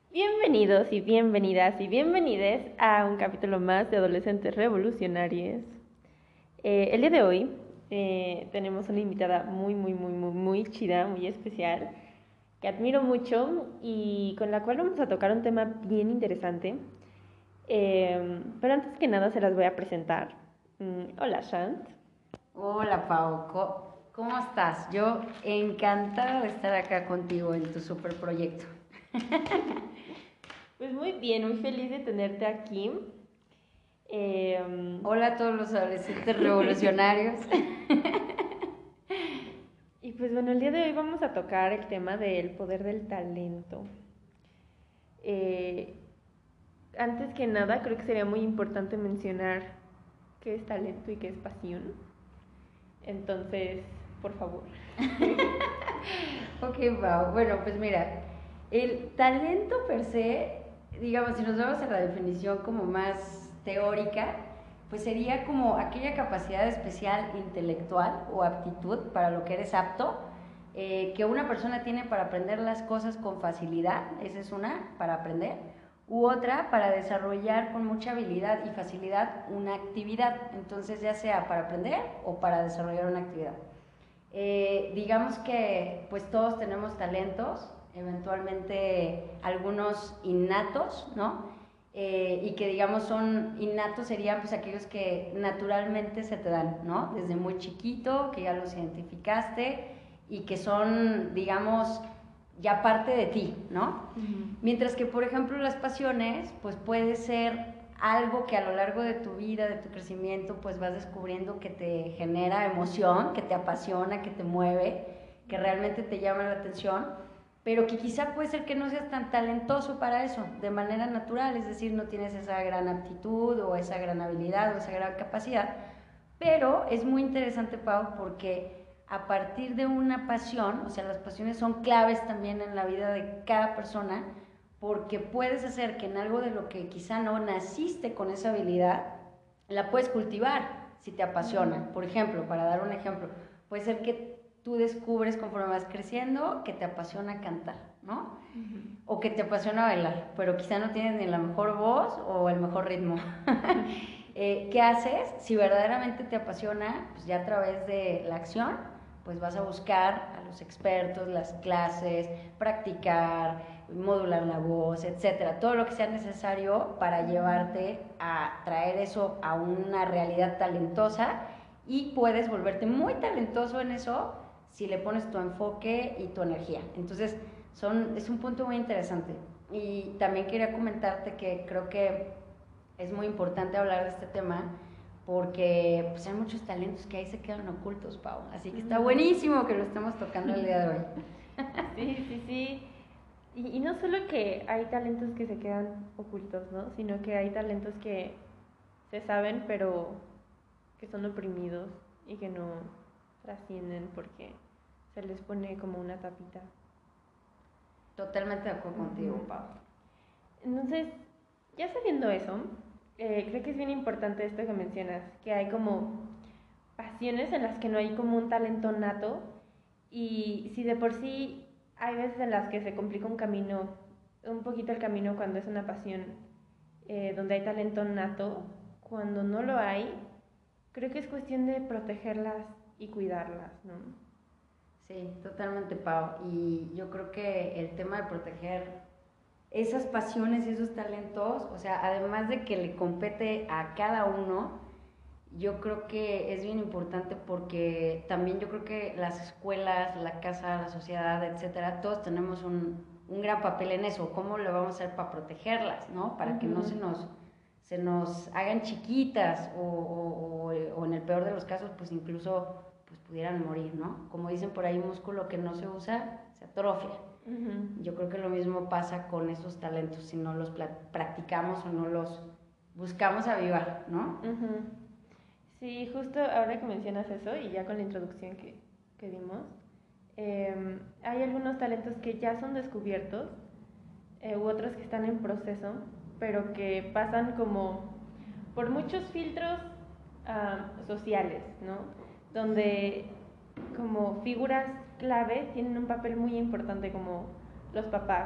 Bienvenidos y bienvenidas y bienvenides a un capítulo más de Adolescentes Revolucionarios. El día de hoy tenemos una invitada muy chida, muy especial, que admiro mucho y con la cual vamos a tocar un tema bien interesante. Pero antes que nada se las voy a presentar. Hola, Shant. Hola Pau, ¿cómo estás? Yo encantada de estar acá contigo en tu super proyecto. Pues muy bien, muy feliz de tenerte aquí. Hola a todos los adolescentes revolucionarios. Y pues bueno, el día de hoy vamos a tocar el tema del poder del talento. Eh, Antes que nada, creo que sería muy importante mencionar qué es talento y qué es pasión. Entonces, por favor. Ok, Pau, bueno, pues mira, el talento per se, digamos, si nos vamos a la definición como más teórica, pues sería como aquella capacidad especial intelectual o aptitud para lo que eres apto, que una persona tiene para aprender las cosas con facilidad, esa es una, para aprender, u otra para desarrollar con mucha habilidad y facilidad una actividad, entonces ya sea para aprender o para desarrollar una actividad. Digamos que pues todos tenemos talentos, eventualmente algunos innatos, ¿no? Y que digamos son innatos serían pues aquellos que naturalmente se te dan, ¿no? Desde muy chiquito, que ya los identificaste y que son, digamos, ya parte de ti, ¿no? Mientras que, por ejemplo, las pasiones, pues puede ser algo que a lo largo de tu vida, de tu crecimiento, pues vas descubriendo que te genera emoción, que te apasiona, que te mueve, que realmente te llama la atención, pero que quizá puede ser que no seas tan talentoso para eso, de manera natural, es decir, no tienes esa gran aptitud o esa gran habilidad o esa gran capacidad, pero es muy interesante, Pau, porque a partir de una pasión, o sea, las pasiones son claves también en la vida de cada persona, porque puedes hacer que en algo de lo que quizá no naciste con esa habilidad, la puedes cultivar si te apasiona. Por ejemplo, para dar un ejemplo, puede ser que tú descubres conforme vas creciendo que te apasiona cantar, ¿no? O que te apasiona bailar, pero quizá no tienes ni la mejor voz o el mejor ritmo. ¿Qué haces? Si verdaderamente te apasiona, pues ya a través de la acción, pues vas a buscar a los expertos, las clases, practicar, modular la voz, etcétera, todo lo que sea necesario para llevarte a traer eso a una realidad talentosa y puedes volverte muy talentoso en eso si le pones tu enfoque y tu energía. Entonces, es un punto muy interesante. Y también quería comentarte que creo que es muy importante hablar de este tema porque pues, hay muchos talentos que ahí se quedan ocultos, Pau. Así que está buenísimo que lo estemos tocando el día de hoy. Sí. Y no solo que hay talentos que se quedan ocultos, ¿no? Sino que hay talentos que se saben, pero que son oprimidos y que no trascienden porque se les pone como una tapita. Totalmente de acuerdo contigo, Pau. Entonces, ya sabiendo eso, creo que es bien importante esto que mencionas, que hay como pasiones en las que no hay como un talento nato y si de por sí hay veces en las que se complica un camino, un poquito el camino cuando es una pasión donde hay talento nato, cuando no lo hay, creo que es cuestión de protegerlas y cuidarlas, ¿no? Sí, totalmente, Pau. Y yo creo que el tema de proteger esas pasiones y esos talentos, o sea, además de que le compete a cada uno, yo creo que es bien importante porque también yo creo que las escuelas, la casa, la sociedad, etcétera, todos tenemos un gran papel en eso. ¿Cómo lo vamos a hacer para protegerlas, no? Para que no se nos hagan chiquitas o en el peor de los casos, pues incluso pues pudieran morir, ¿no? Como dicen por ahí, músculo que no se usa se atrofia. Yo creo que lo mismo pasa con esos talentos, si no los practicamos o no los buscamos avivar, ¿no? Sí, justo ahora que mencionas eso y ya con la introducción que dimos, hay algunos talentos que ya son descubiertos u otros que están en proceso, pero que pasan como por muchos filtros sociales, ¿no? Donde como figuras clave tienen un papel muy importante como los papás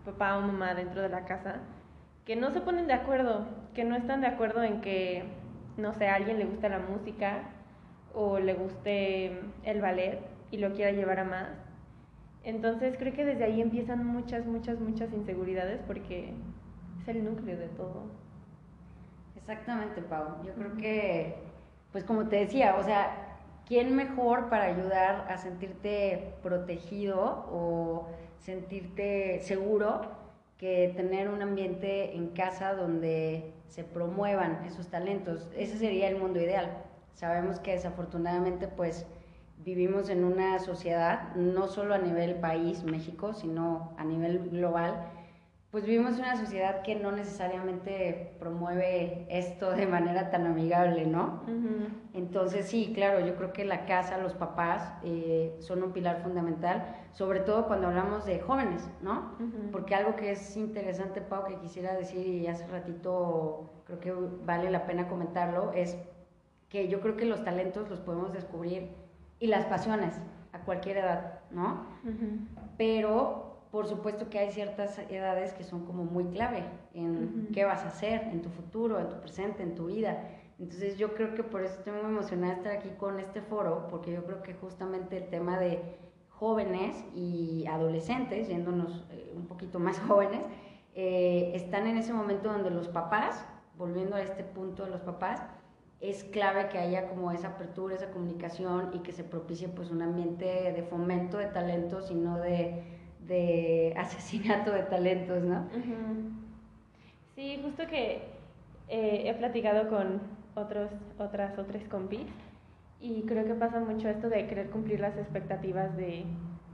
papá o mamá dentro de la casa que no se ponen de acuerdo, que no están de acuerdo en que, no sé, a alguien le gusta la música o le guste el ballet y lo quiera llevar a más. Entonces creo que desde ahí empiezan muchas, muchas, muchas inseguridades porque es el núcleo de todo. Exactamente, Pau. Yo creo que, pues como te decía, o sea, ¿quién mejor para ayudar a sentirte protegido o sentirte seguro que tener un ambiente en casa donde se promuevan esos talentos? Ese sería el mundo ideal. Sabemos que desafortunadamente, pues, vivimos en una sociedad, no solo a nivel país, México, sino a nivel global, pues vivimos en una sociedad que no necesariamente promueve esto de manera tan amigable, ¿no? Uh-huh. Entonces sí, claro, yo creo que la casa, los papás son un pilar fundamental, sobre todo cuando hablamos de jóvenes, ¿no? Uh-huh. Porque algo que es interesante, Pau, que quisiera decir y hace ratito creo que vale la pena comentarlo, es que yo creo que los talentos los podemos descubrir y las pasiones a cualquier edad, ¿no? Uh-huh. Pero por supuesto que hay ciertas edades que son como muy clave en uh-huh. qué vas a hacer en tu futuro, en tu presente, en tu vida. Entonces yo creo que por eso estoy muy emocionada de estar aquí con este foro, porque yo creo que justamente el tema de jóvenes y adolescentes, yéndonos un poquito más jóvenes, están en ese momento donde los papás, volviendo a este punto de los papás, es clave que haya como esa apertura, esa comunicación y que se propicie pues un ambiente de fomento de talentos y no de asesinato de talentos, ¿no? Uh-huh. Sí, justo que he platicado con otros compis y creo que pasa mucho esto de querer cumplir las expectativas de,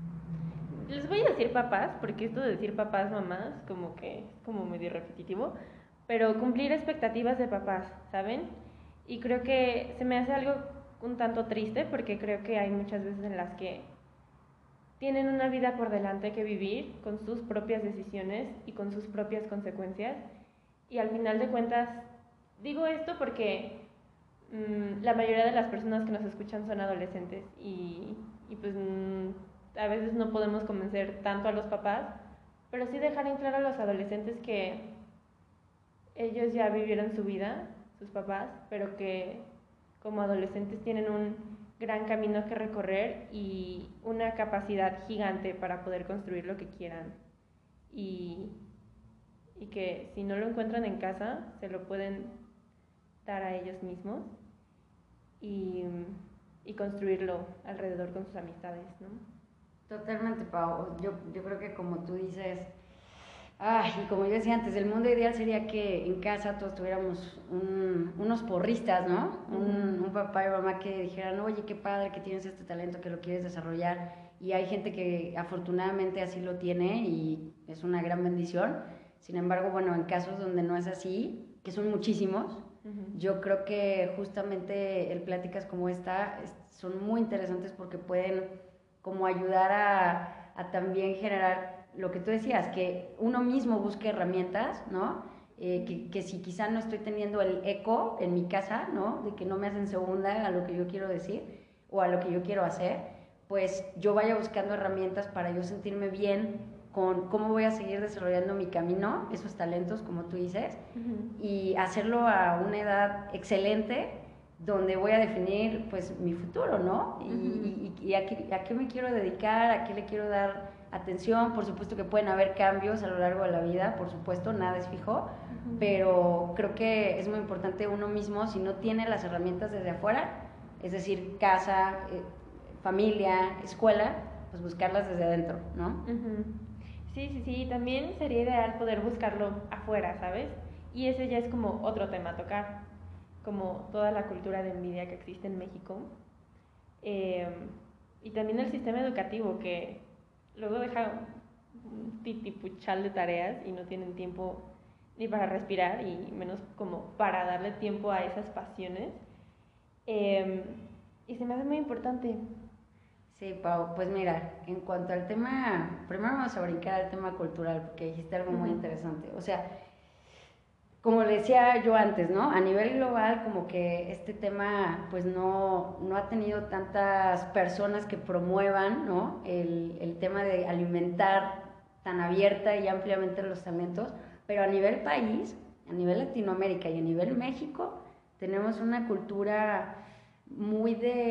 les voy a decir papás, porque esto de decir papás, mamás, como que es como medio repetitivo, pero cumplir expectativas de papás, ¿saben? Y creo que se me hace algo un tanto triste porque creo que hay muchas veces en las que tienen una vida por delante que vivir con sus propias decisiones y con sus propias consecuencias. Y al final de cuentas, digo esto porque la mayoría de las personas que nos escuchan son adolescentes y pues a veces no podemos convencer tanto a los papás, pero sí dejar en claro a los adolescentes que ellos ya vivieron su vida, sus papás, pero que como adolescentes tienen un gran camino que recorrer y una capacidad gigante para poder construir lo que quieran y que si no lo encuentran en casa se lo pueden dar a ellos mismos y construirlo alrededor con sus amistades, ¿no? Totalmente, Pau. Yo creo que como tú dices, y como yo decía antes, el mundo ideal sería que en casa todos tuviéramos unos porristas, ¿no? Un papá y mamá que dijeran, oye, qué padre que tienes este talento, que lo quieres desarrollar. Y hay gente que afortunadamente así lo tiene y es una gran bendición. Sin embargo, bueno, en casos donde no es así, que son muchísimos, yo creo que justamente el pláticas como esta son muy interesantes porque pueden como ayudar a también generar lo que tú decías, que uno mismo busque herramientas, ¿no? Que si quizá no estoy teniendo el eco en mi casa, ¿no? De que no me hacen segunda a lo que yo quiero decir o a lo que yo quiero hacer, pues yo vaya buscando herramientas para yo sentirme bien con cómo voy a seguir desarrollando mi camino, esos talentos, como tú dices, y hacerlo a una edad excelente, donde voy a definir, pues, mi futuro, ¿no? Y a qué me quiero dedicar, a qué le quiero dar atención. Por supuesto que pueden haber cambios a lo largo de la vida, por supuesto, nada es fijo, pero creo que es muy importante uno mismo, si no tiene las herramientas desde afuera, es decir, casa, familia, escuela, pues buscarlas desde adentro, ¿no? Sí, también sería ideal poder buscarlo afuera, ¿sabes? Y ese ya es como otro tema a tocar, como toda la cultura de envidia que existe en México. Y también el sistema educativo que luego deja un titipuchal de tareas y no tienen tiempo ni para respirar y menos como para darle tiempo a esas pasiones. Y se me hace muy importante. Sí, Pau, pues mira, en cuanto al tema, primero vamos a brincar al tema cultural, porque dijiste algo muy interesante. O sea, como le decía yo antes, ¿no? A nivel global, como que este tema, pues no ha tenido tantas personas que promuevan, ¿no? El tema de alimentar tan abierta y ampliamente los talentos, pero a nivel país, a nivel Latinoamérica y a nivel México, tenemos una cultura muy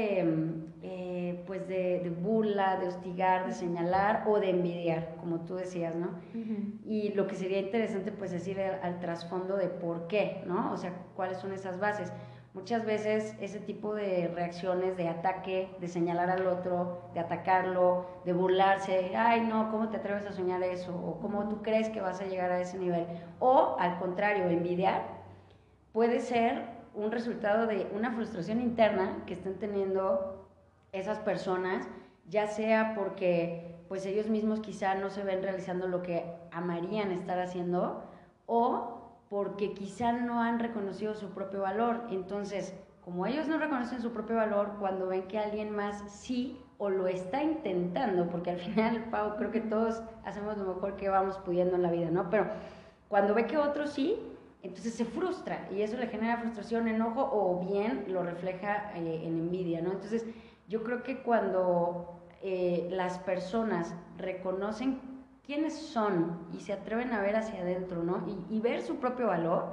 pues de burla, de hostigar, de señalar o de envidiar, como tú decías, ¿no? Y lo que sería interesante pues es ir al trasfondo de por qué, ¿no? O sea, cuáles son esas bases. Muchas veces ese tipo de reacciones de ataque, de señalar al otro, de atacarlo, de burlarse, ay no, ¿cómo te atreves a soñar eso? O ¿cómo tú crees que vas a llegar a ese nivel? O al contrario, envidiar, puede ser un resultado de una frustración interna que estén teniendo esas personas, ya sea porque pues ellos mismos quizá no se ven realizando lo que amarían estar haciendo, o porque quizá no han reconocido su propio valor. Entonces, como ellos no reconocen su propio valor, cuando ven que alguien más sí o lo está intentando, porque al final, Pau, creo que todos hacemos lo mejor que vamos pudiendo en la vida, ¿no? Pero cuando ve que otros sí, entonces se frustra y eso le genera frustración, enojo o bien lo refleja en envidia, ¿no? Entonces yo creo que cuando las personas reconocen quiénes son y se atreven a ver hacia adentro, ¿no? Y ver su propio valor,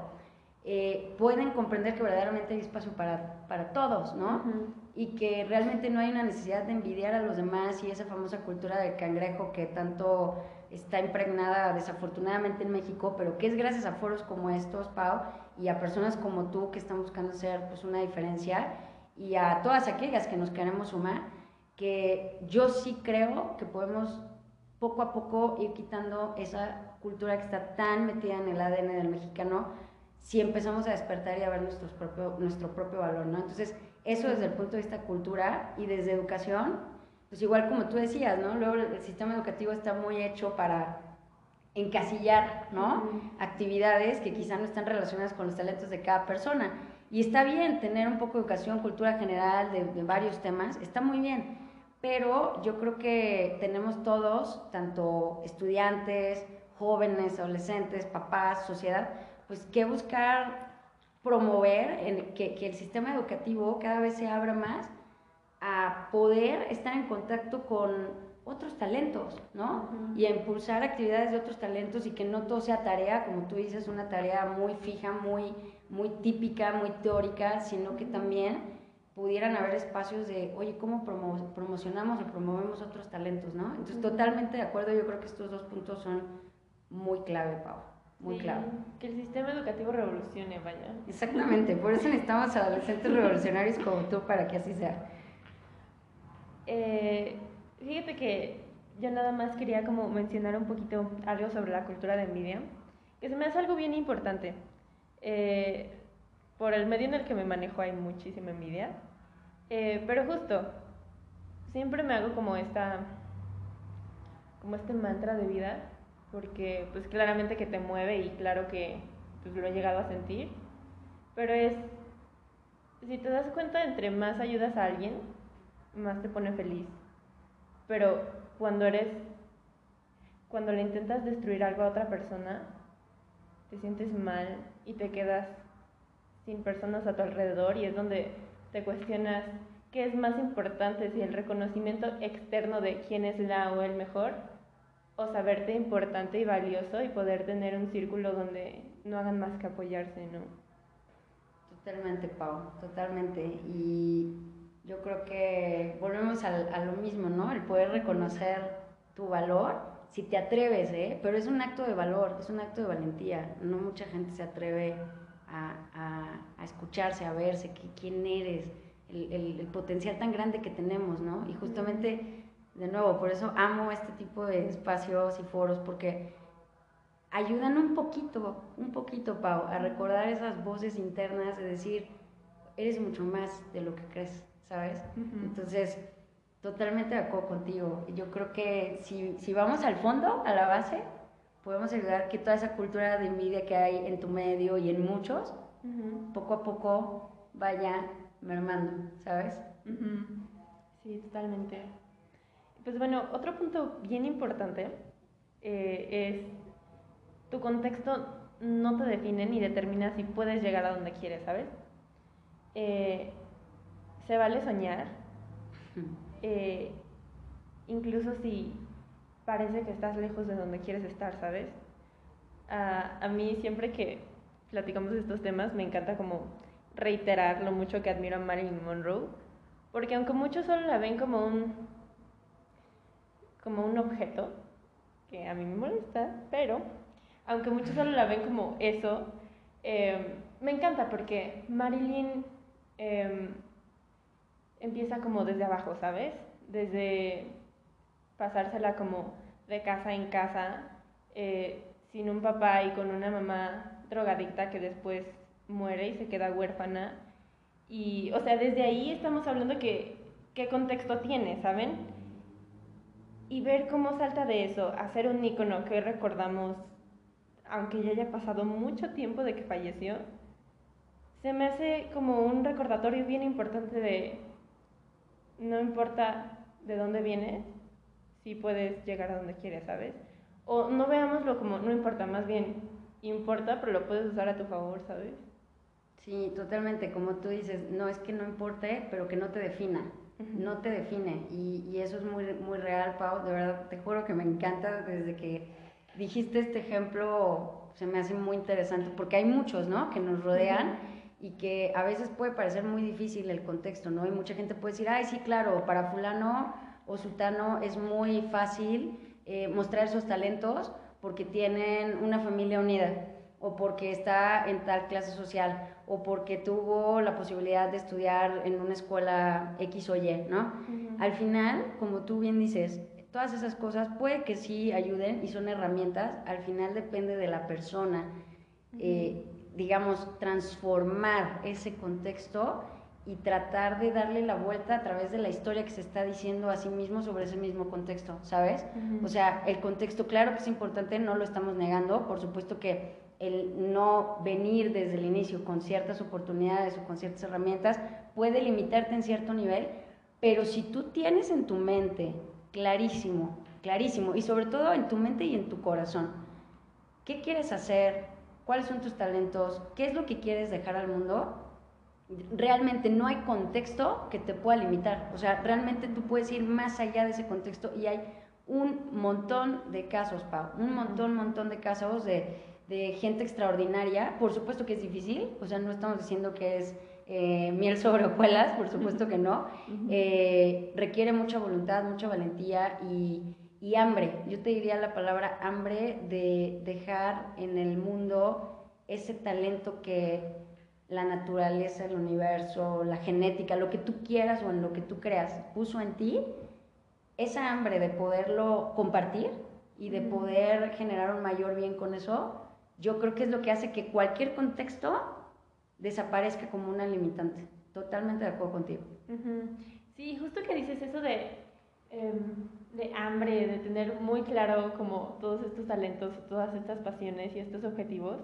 pueden comprender que verdaderamente hay espacio para todos, ¿no? Y que realmente no hay una necesidad de envidiar a los demás y esa famosa cultura del cangrejo que tanto está impregnada desafortunadamente en México, pero que es gracias a foros como estos, Pau, y a personas como tú que están buscando hacer pues una diferencia, y a todas aquellas que nos queremos sumar, que yo sí creo que podemos poco a poco ir quitando esa cultura que está tan metida en el ADN del mexicano, si empezamos a despertar y a ver nuestro propio valor, ¿no? Entonces, eso desde el punto de vista cultura y desde educación, pues igual como tú decías, ¿no? Luego el sistema educativo está muy hecho para encasillar, ¿no? Actividades que quizá no están relacionadas con los talentos de cada persona. Y está bien tener un poco de educación, cultura general de varios temas, está muy bien. Pero yo creo que tenemos todos, tanto estudiantes, jóvenes, adolescentes, papás, sociedad, pues que buscar promover que el sistema educativo cada vez se abra más a poder estar en contacto con otros talentos, ¿no? Y a impulsar actividades de otros talentos y que no todo sea tarea, como tú dices, una tarea muy fija, muy típica, muy teórica, sino que también pudieran haber espacios de, oye, ¿cómo promocionamos o promovemos otros talentos, ¿no? Entonces, totalmente de acuerdo, yo creo que estos dos puntos son muy clave, Pau, muy clave. Que el sistema educativo revolucione, vaya. Exactamente, por eso necesitamos adolescentes revolucionarios como tú para que así sea. Fíjate que yo nada más quería como mencionar un poquito algo sobre la cultura de envidia, que se me hace algo bien importante. Por el medio en el que me manejo hay muchísima envidia, pero justo, siempre me hago como este mantra de vida, porque pues claramente que te mueve y claro que pues lo he llegado a sentir, pero si te das cuenta, entre más ayudas a alguien, más te pone feliz. Pero cuando le intentas destruir algo a otra persona, te sientes mal y te quedas sin personas a tu alrededor y es donde te cuestionas qué es más importante, si el reconocimiento externo de quién es la o el mejor, o saberte importante y valioso y poder tener un círculo donde no hagan más que apoyarse, ¿no? Totalmente, Pau, totalmente. Y yo creo que volvemos a lo mismo, ¿no? El poder reconocer tu valor, si te atreves, ¿eh? Pero es un acto de valor, es un acto de valentía. No mucha gente se atreve a escucharse, a verse, quién eres, el potencial tan grande que tenemos, ¿no? Y justamente, de nuevo, por eso amo este tipo de espacios y foros, porque ayudan un poquito, Pau, a recordar esas voces internas de decir, eres mucho más de lo que crees, ¿sabes? Entonces, totalmente de acuerdo contigo. Yo creo que si vamos al fondo, a la base, podemos ayudar que toda esa cultura de envidia que hay en tu medio y en muchos, poco a poco vaya mermando, ¿sabes? Sí, totalmente. Pues bueno, otro punto bien importante es tu contexto no te define ni determina si puedes llegar a donde quieres, ¿sabes? Se vale soñar, incluso si parece que estás lejos de donde quieres estar, ¿sabes? A mí siempre que platicamos de estos temas me encanta como reiterar lo mucho que admiro a Marilyn Monroe, porque aunque muchos solo la ven como un objeto, que a mí me molesta, pero aunque muchos solo la ven como eso, me encanta porque Marilyn empieza como desde abajo, ¿sabes? Desde pasársela como de casa en casa, sin un papá y con una mamá drogadicta que después muere y se queda huérfana. Y, o sea, desde ahí estamos hablando qué contexto tiene, ¿saben? Y ver cómo salta de eso a ser un ícono que hoy recordamos, aunque ya haya pasado mucho tiempo de que falleció, se me hace como un recordatorio bien importante de no importa de dónde vienes, si puedes llegar a donde quieres, ¿sabes? O no veámoslo como no importa, más bien importa, pero lo puedes usar a tu favor, ¿sabes? Sí, totalmente, como tú dices, no es que no importe, pero que no te defina, no te define, y eso es muy, muy real, Pau, de verdad, te juro que me encanta desde que dijiste este ejemplo, se me hace muy interesante, porque hay muchos, ¿no?, que nos rodean y que a veces puede parecer muy difícil el contexto, ¿no? Y mucha gente puede decir, ay, sí, claro, para fulano o sultano es muy fácil mostrar sus talentos porque tienen una familia unida, o porque está en tal clase social, o porque tuvo la posibilidad de estudiar en una escuela X o Y, ¿no? Al final, como tú bien dices, todas esas cosas puede que sí ayuden y son herramientas, al final depende de la persona, digamos, transformar ese contexto y tratar de darle la vuelta a través de la historia que se está diciendo a sí mismo sobre ese mismo contexto, ¿sabes? O sea, el contexto, claro que es importante, no lo estamos negando, por supuesto que el no venir desde el inicio con ciertas oportunidades o con ciertas herramientas puede limitarte en cierto nivel, pero si tú tienes en tu mente clarísimo, clarísimo, y sobre todo en tu mente y en tu corazón, ¿qué quieres hacer? ¿Cuáles son tus talentos? ¿Qué es lo que quieres dejar al mundo? Realmente no hay contexto que te pueda limitar. O sea, realmente tú puedes ir más allá de ese contexto y hay un montón de casos, Pau, un montón de casos de gente extraordinaria. Por supuesto que es difícil, o sea, no estamos diciendo que es miel sobre hojuelas, por supuesto que no. Requiere mucha voluntad, mucha valentía y hambre. Yo te diría la palabra hambre de dejar en el mundo ese talento que la naturaleza, el universo, la genética, lo que tú quieras o en lo que tú creas, puso en ti, esa hambre de poderlo compartir y de poder generar un mayor bien con eso, yo creo que es lo que hace que cualquier contexto desaparezca como una limitante. Totalmente de acuerdo contigo. Sí, justo que dices eso de hambre, de tener muy claro como todos estos talentos, todas estas pasiones y estos objetivos,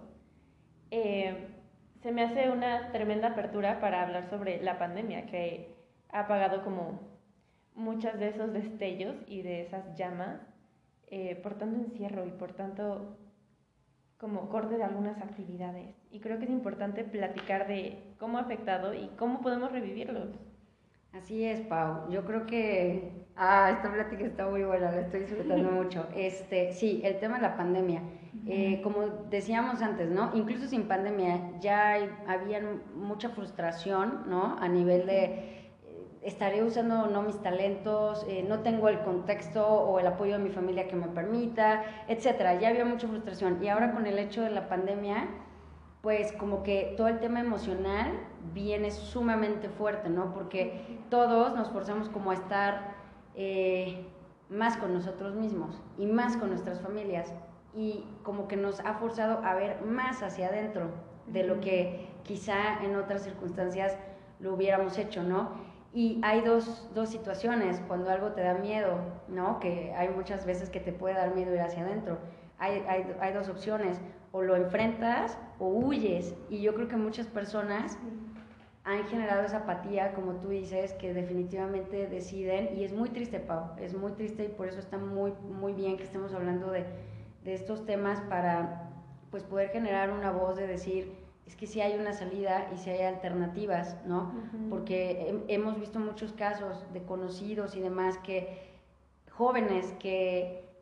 se me hace una tremenda apertura para hablar sobre la pandemia, que ha apagado como muchos de esos destellos y de esas llamas, por tanto encierro y por tanto como corte de algunas actividades. Y creo que es importante platicar de cómo ha afectado y cómo podemos revivirlos. Así es, Pau. Yo creo que esta plática está muy buena, la estoy disfrutando mucho. Sí, el tema de la pandemia. Como decíamos antes, ¿no? Incluso sin pandemia ya había mucha frustración, ¿no? A nivel de estaré usando o no mis talentos, no tengo el contexto o el apoyo de mi familia que me permita, etcétera. Ya había mucha frustración. Y ahora con el hecho de la pandemia, pues como que todo el tema emocional viene sumamente fuerte, ¿no? Porque todos nos forzamos como a estar más con nosotros mismos y más con nuestras familias y como que nos ha forzado a ver más hacia adentro de lo que quizá en otras circunstancias lo hubiéramos hecho, ¿no? Y hay dos situaciones, cuando algo te da miedo, ¿no? Que hay muchas veces que te puede dar miedo ir hacia adentro. Hay dos opciones, o lo enfrentas o huyes, y yo creo que muchas personas han generado esa apatía, como tú dices, que definitivamente deciden, y es muy triste, Pau, es muy triste, y por eso está muy, muy bien que estemos hablando de estos temas para pues poder generar una voz de decir, es que sí hay una salida y sí hay alternativas, ¿no? Porque hemos visto muchos casos de conocidos y demás que jóvenes que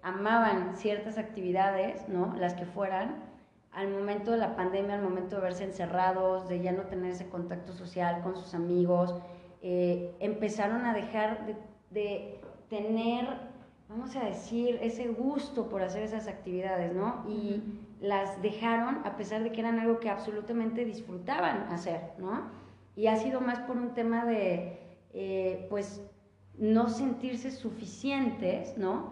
amaban ciertas actividades, ¿no? Las que fueran, al momento de la pandemia, al momento de verse encerrados, de ya no tener ese contacto social con sus amigos, empezaron a dejar de tener, vamos a decir, ese gusto por hacer esas actividades, ¿no? Y las dejaron a pesar de que eran algo que absolutamente disfrutaban hacer, ¿no? Y ha sido más por un tema de, pues, no sentirse suficientes, ¿no?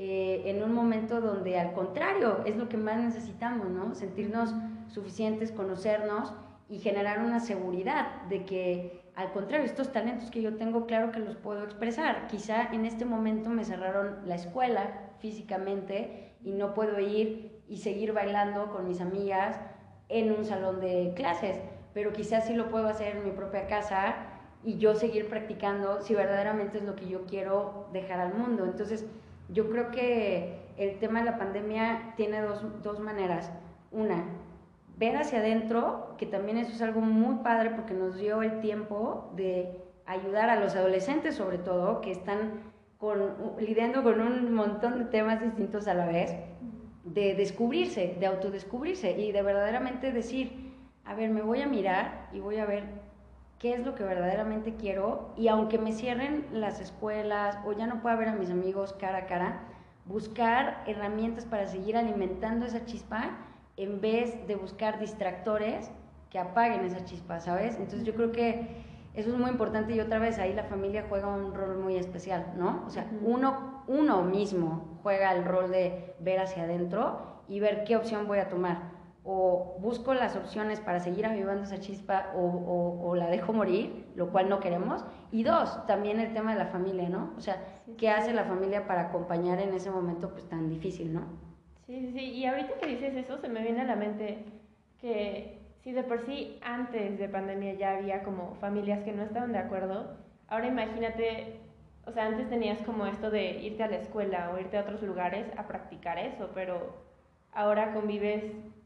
En un momento donde al contrario es lo que más necesitamos, ¿no? Sentirnos suficientes, conocernos y generar una seguridad de que al contrario, estos talentos que yo tengo, claro que los puedo expresar. Quizá en este momento me cerraron la escuela físicamente y no puedo ir y seguir bailando con mis amigas en un salón de clases, pero quizás sí lo puedo hacer en mi propia casa y yo seguir practicando si verdaderamente es lo que yo quiero dejar al mundo. Entonces, yo creo que el tema de la pandemia tiene dos maneras. Una, ver hacia adentro, que también eso es algo muy padre porque nos dio el tiempo de ayudar a los adolescentes sobre todo, que están lidiando con un montón de temas distintos a la vez, de descubrirse, de autodescubrirse y de verdaderamente decir, a ver, me voy a mirar y voy a ver qué es lo que verdaderamente quiero, y aunque me cierren las escuelas o ya no pueda ver a mis amigos cara a cara, buscar herramientas para seguir alimentando esa chispa en vez de buscar distractores que apaguen esa chispa, ¿sabes? Entonces yo creo que eso es muy importante y otra vez ahí la familia juega un rol muy especial, ¿no? O sea, uno mismo juega el rol de ver hacia adentro y ver qué opción voy a tomar. O busco las opciones para seguir avivando esa chispa o la dejo morir, lo cual no queremos. Y dos, también el tema de la familia, ¿no? O sea, ¿qué hace la familia para acompañar en ese momento pues tan difícil, ¿no? Sí, y ahorita que dices eso se me viene a la mente que si de por sí antes de pandemia ya había como familias que no estaban de acuerdo, ahora imagínate, o sea, antes tenías como esto de irte a la escuela o irte a otros lugares a practicar eso, pero ahora convives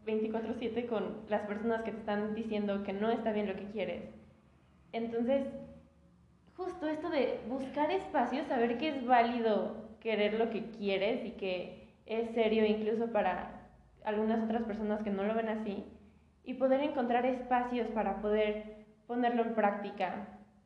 24/7 con las personas que te están diciendo que no está bien lo que quieres. Entonces, justo esto de buscar espacios, saber que es válido querer lo que quieres y que es serio incluso para algunas otras personas que no lo ven así, y poder encontrar espacios para poder ponerlo en práctica.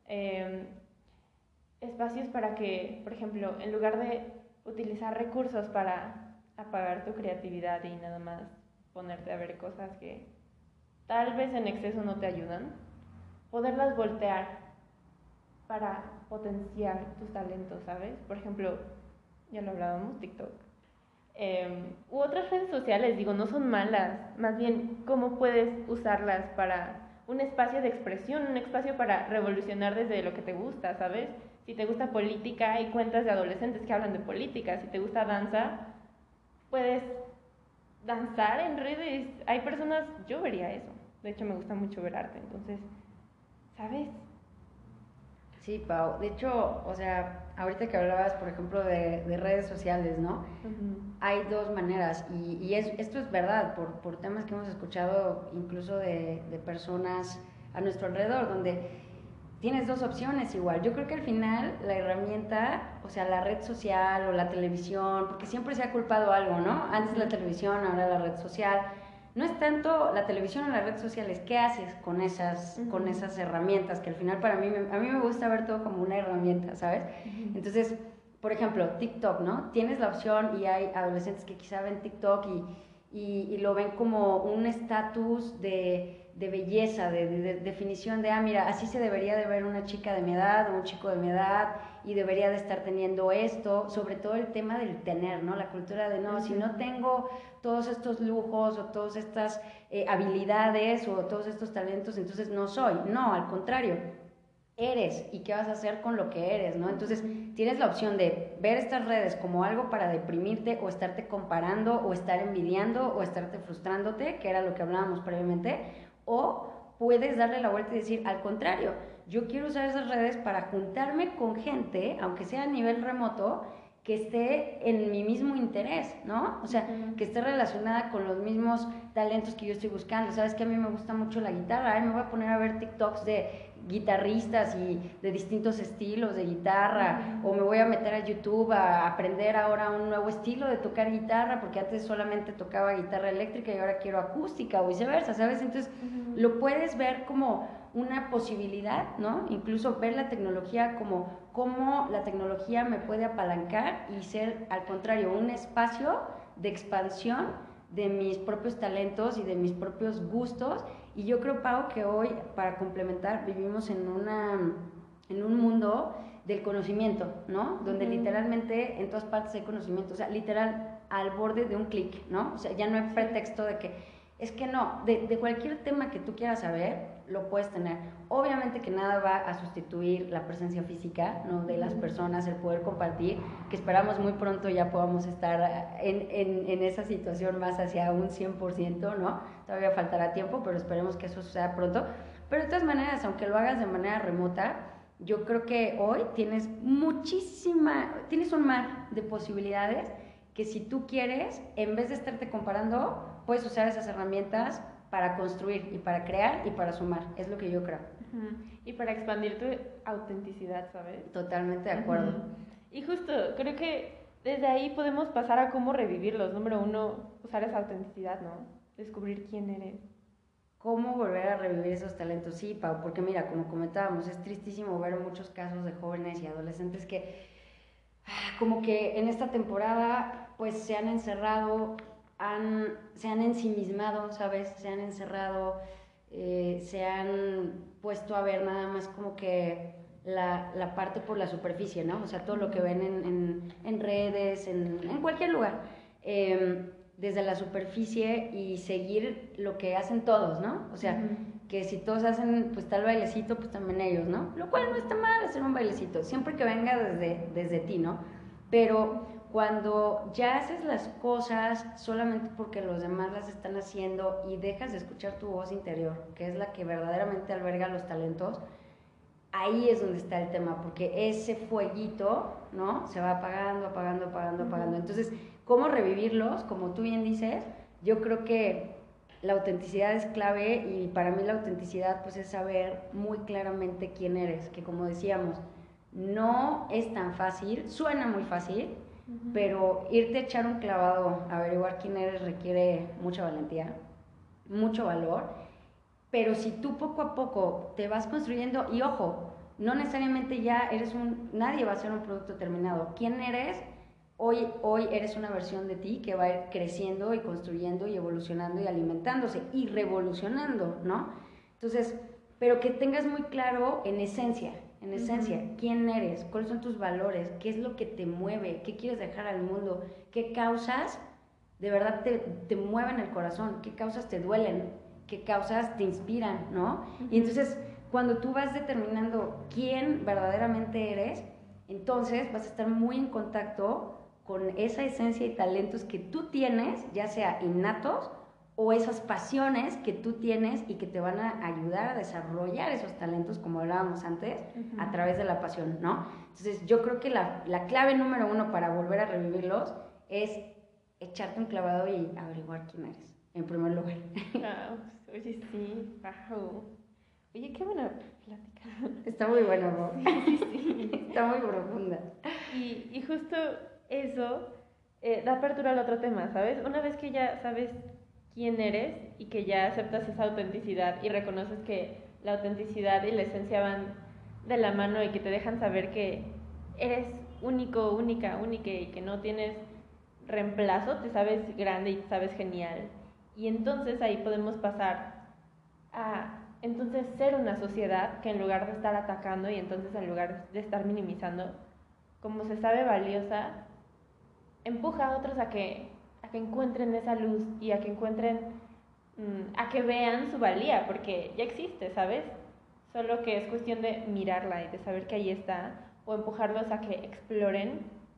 Espacios para que, por ejemplo, en lugar de utilizar recursos para apagar tu creatividad y nada más ponerte a ver cosas que tal vez en exceso no te ayudan, poderlas voltear para potenciar tus talentos, ¿sabes? Por ejemplo, ya lo hablábamos, TikTok. U otras redes sociales, digo, no son malas, más bien cómo puedes usarlas para un espacio de expresión, un espacio para revolucionar desde lo que te gusta, ¿sabes? Si te gusta política, hay cuentas de adolescentes que hablan de política. Si te gusta danza, puedes danzar en redes. Hay personas, yo vería eso. De hecho, me gusta mucho ver arte, entonces, ¿sabes? Sí, Pau. De hecho, o sea, ahorita que hablabas, por ejemplo, de redes sociales, ¿no? Hay dos maneras, y esto es verdad, por temas que hemos escuchado incluso de personas a nuestro alrededor, donde tienes dos opciones igual. Yo creo que al final la herramienta, o sea, la red social o la televisión, porque siempre se ha culpado algo, ¿no? Antes la televisión, ahora la red social. No es tanto la televisión o las redes sociales, ¿qué haces con esas herramientas? Que al final para mí, a mí me gusta ver todo como una herramienta, ¿sabes? Entonces, por ejemplo, TikTok, ¿no? Tienes la opción y hay adolescentes que quizá ven TikTok y lo ven como un estatus de belleza, de definición de, mira, así se debería de ver una chica de mi edad o un chico de mi edad y debería de estar teniendo esto, sobre todo el tema del tener, ¿no? La cultura de, no, si no tengo todos estos lujos o todas estas habilidades o todos estos talentos, entonces no soy. No, al contrario, eres y qué vas a hacer con lo que eres, ¿no? Entonces tienes la opción de ver estas redes como algo para deprimirte o estarte comparando o estar envidiando o estarte frustrándote, que era lo que hablábamos previamente, o puedes darle la vuelta y decir, al contrario, yo quiero usar esas redes para juntarme con gente, aunque sea a nivel remoto, que esté en mi mismo interés, ¿no? O sea, que esté relacionada con los mismos talentos que yo estoy buscando. Sabes que a mí me gusta mucho la guitarra, me voy a poner a ver TikToks de guitarristas y de distintos estilos de guitarra, o me voy a meter a YouTube a aprender ahora un nuevo estilo de tocar guitarra, porque antes solamente tocaba guitarra eléctrica y ahora quiero acústica o viceversa, ¿sabes? Entonces lo puedes ver como una posibilidad, ¿no? Incluso ver la tecnología como cómo la tecnología me puede apalancar y ser, al contrario, un espacio de expansión de mis propios talentos y de mis propios gustos. Y yo creo, Pau, que hoy, para complementar, vivimos en un mundo del conocimiento, ¿no? Donde literalmente en todas partes hay conocimiento, o sea, literal al borde de un clic, ¿no? O sea, ya no hay pretexto de que, es que no, de cualquier tema que tú quieras saber, lo puedes tener. Obviamente que nada va a sustituir la presencia física, ¿no? De las personas, el poder compartir, que esperamos muy pronto ya podamos estar en esa situación más hacia un 100%, ¿no? Todavía faltará tiempo, pero esperemos que eso suceda pronto. Pero de todas maneras, aunque lo hagas de manera remota, yo creo que hoy tienes un mar de posibilidades que si tú quieres, en vez de estarte comparando, puedes usar esas herramientas para construir y para crear y para sumar, es lo que yo creo. Y para expandir tu autenticidad, ¿sabes? Totalmente de acuerdo. Y justo, creo que desde ahí podemos pasar a cómo revivirlos. Número 1, usar esa autenticidad, ¿no? Descubrir quién eres. ¿Cómo volver a revivir esos talentos? Sí, Pau, porque mira, como comentábamos, es tristísimo ver muchos casos de jóvenes y adolescentes que como que en esta temporada pues se han encerrado, se han ensimismado, ¿sabes? Se han encerrado, se han puesto a ver nada más como que la parte por la superficie, ¿no? O sea, todo lo que ven en redes, en cualquier lugar, desde la superficie y seguir lo que hacen todos, ¿no? O sea, que si todos hacen pues tal bailecito, pues también ellos, ¿no? Lo cual no está mal hacer un bailecito, siempre que venga desde ti, ¿no? Pero cuando ya haces las cosas solamente porque los demás las están haciendo y dejas de escuchar tu voz interior, que es la que verdaderamente alberga los talentos, ahí es donde está el tema, porque ese fueguito, ¿no? Se va apagando, apagando, apagando, apagando. Entonces, ¿cómo revivirlos? Como tú bien dices, yo creo que la autenticidad es clave y para mí la autenticidad pues es saber muy claramente quién eres, que como decíamos, no es tan fácil, suena muy fácil, pero irte a echar un clavado, averiguar quién eres requiere mucha valentía, mucho valor, pero si tú poco a poco te vas construyendo, y ojo, no necesariamente ya nadie va a ser un producto terminado, ¿quién eres? Hoy eres una versión de ti que va a ir creciendo y construyendo y evolucionando y alimentándose y revolucionando, ¿no? Entonces, pero que tengas muy claro en esencia, quién eres, cuáles son tus valores, qué es lo que te mueve, qué quieres dejar al mundo, qué causas de verdad te mueven el corazón, qué causas te duelen, qué causas te inspiran, ¿no? Y entonces, cuando tú vas determinando quién verdaderamente eres, entonces vas a estar muy en contacto con esa esencia y talentos que tú tienes, ya sea innatos o esas pasiones que tú tienes y que te van a ayudar a desarrollar esos talentos, como hablábamos antes, a través de la pasión, ¿no? Entonces yo creo que la clave número 1 para volver a revivirlos es echarte un clavado y averiguar quién eres, en primer lugar. Oye, sí, wow. Oye, qué buena plática. Está muy buena, ¿no? Sí. Está muy profunda. Y justo eso da apertura al otro tema, ¿sabes? Una vez que ya sabes quién eres y que ya aceptas esa autenticidad y reconoces que la autenticidad y la esencia van de la mano y que te dejan saber que eres único, única y que no tienes reemplazo, te sabes grande y te sabes genial. Y entonces ahí podemos pasar a entonces ser una sociedad que en lugar de estar atacando y entonces en lugar de estar minimizando, como se sabe valiosa, empuja a otros a que encuentren esa luz y a que encuentren, a que vean su valía, porque ya existe, ¿sabes? Solo que es cuestión de mirarla y de saber que ahí está, o empujarlos a que exploren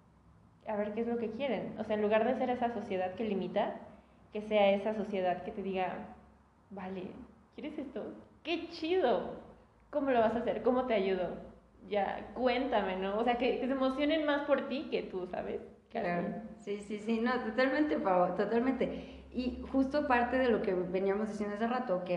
a ver qué es lo que quieren. O sea, en lugar de ser esa sociedad que limita, que sea esa sociedad que te diga, vale, ¿quieres esto? ¡Qué chido! ¿Cómo lo vas a hacer? ¿Cómo te ayudo? Ya, cuéntame, ¿no? O sea, que se emocionen más por ti que tú, ¿sabes? Claro, sí, no, totalmente, Pau, totalmente. Y justo parte de lo que veníamos diciendo hace rato, que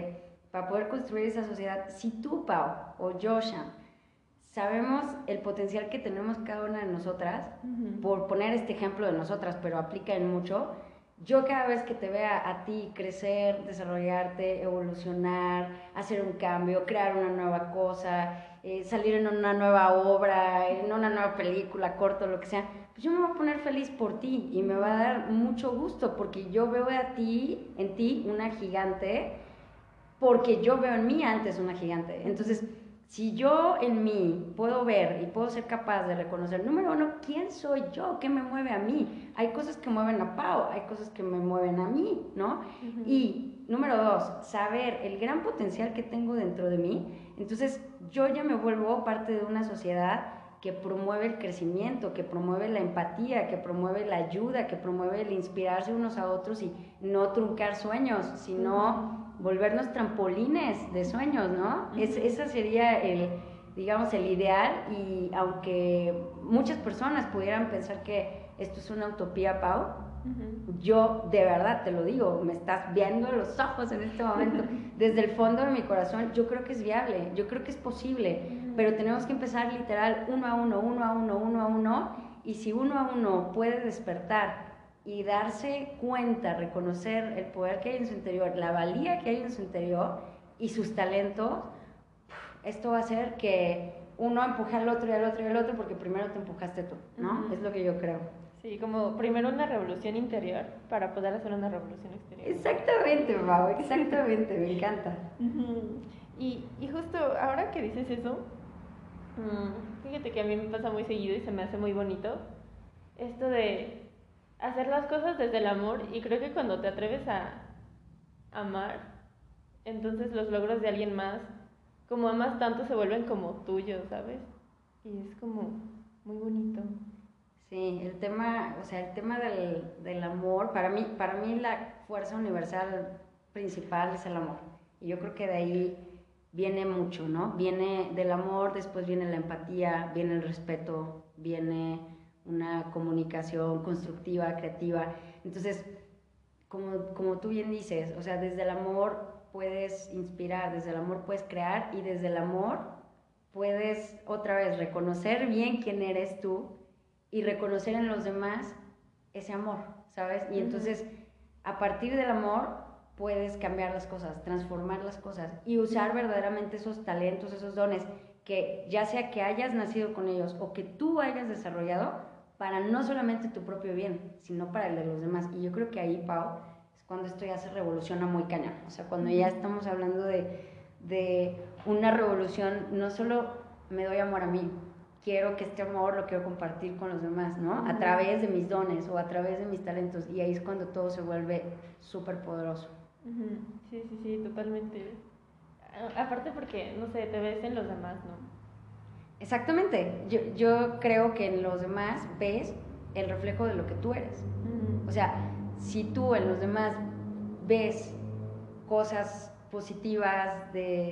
para poder construir esa sociedad, si tú, Pau, o yo, Sham, sabemos el potencial que tenemos cada una de nosotras, por poner este ejemplo de nosotras, pero aplica en mucho. Yo cada vez que te vea a ti crecer, desarrollarte, evolucionar, hacer un cambio, crear una nueva cosa, salir en una nueva obra, en una nueva película, corto, lo que sea, pues yo me voy a poner feliz por ti y me va a dar mucho gusto porque yo veo a ti, en ti, una gigante, porque yo veo en mí antes una gigante. Entonces, si yo en mí puedo ver y puedo ser capaz de reconocer, número uno, ¿quién soy yo? ¿Qué me mueve a mí? Hay cosas que mueven a Pau, hay cosas que me mueven a mí, ¿no? Y número dos, saber el gran potencial que tengo dentro de mí. Entonces, yo ya me vuelvo parte de una sociedad que promueve el crecimiento, que promueve la empatía, que promueve la ayuda, que promueve el inspirarse unos a otros y no truncar sueños, sino volvernos trampolines de sueños, ¿no? Ese sería digamos, el ideal, y aunque muchas personas pudieran pensar que esto es una utopía, Pau, yo de verdad te lo digo, me estás viendo en los ojos en este momento, desde el fondo de mi corazón, yo creo que es viable, yo creo que es posible, pero tenemos que empezar literal uno a uno, y si uno a uno puede despertar y darse cuenta, reconocer el poder que hay en su interior, la valía que hay en su interior y sus talentos, esto va a hacer que uno empuje al otro y al otro y al otro porque primero te empujaste tú, ¿no? Es lo que yo creo. Sí, como primero una revolución interior para poder hacer una revolución exterior. Exactamente, Mau, exactamente, me encanta. Y justo ahora que dices eso, fíjate que a mí me pasa muy seguido y se me hace muy bonito esto de hacer las cosas desde el amor, y creo que cuando te atreves a amar, entonces los logros de alguien más, como amas tanto, se vuelven como tuyos, ¿sabes? Y es como muy bonito. Sí, el tema, o sea, el tema del amor, para mí la fuerza universal principal es el amor. Y yo creo que de ahí viene mucho, ¿no? Viene del amor, después viene la empatía, viene el respeto, viene una comunicación constructiva, creativa. Entonces, como tú bien dices, o sea, desde el amor puedes inspirar, desde el amor puedes crear, y desde el amor puedes otra vez reconocer bien quién eres tú y reconocer en los demás ese amor, ¿sabes? Y entonces, a partir del amor, puedes cambiar las cosas, transformar las cosas y usar verdaderamente esos talentos, esos dones, que ya sea que hayas nacido con ellos o que tú hayas desarrollado, para no solamente tu propio bien, sino para el de los demás. Y yo creo que ahí, Pau, es cuando esto ya se revoluciona muy cañón. O sea, cuando ya estamos hablando de una revolución, no solo me doy amor a mí, quiero que este amor lo quiero compartir con los demás, ¿no? A través de mis dones o a través de mis talentos, y ahí es cuando todo se vuelve súper poderoso. Sí, totalmente. Aparte porque, no sé, te ves en los demás, ¿no? Exactamente, yo creo que en los demás ves el reflejo de lo que tú eres. O sea, si tú en los demás ves cosas positivas,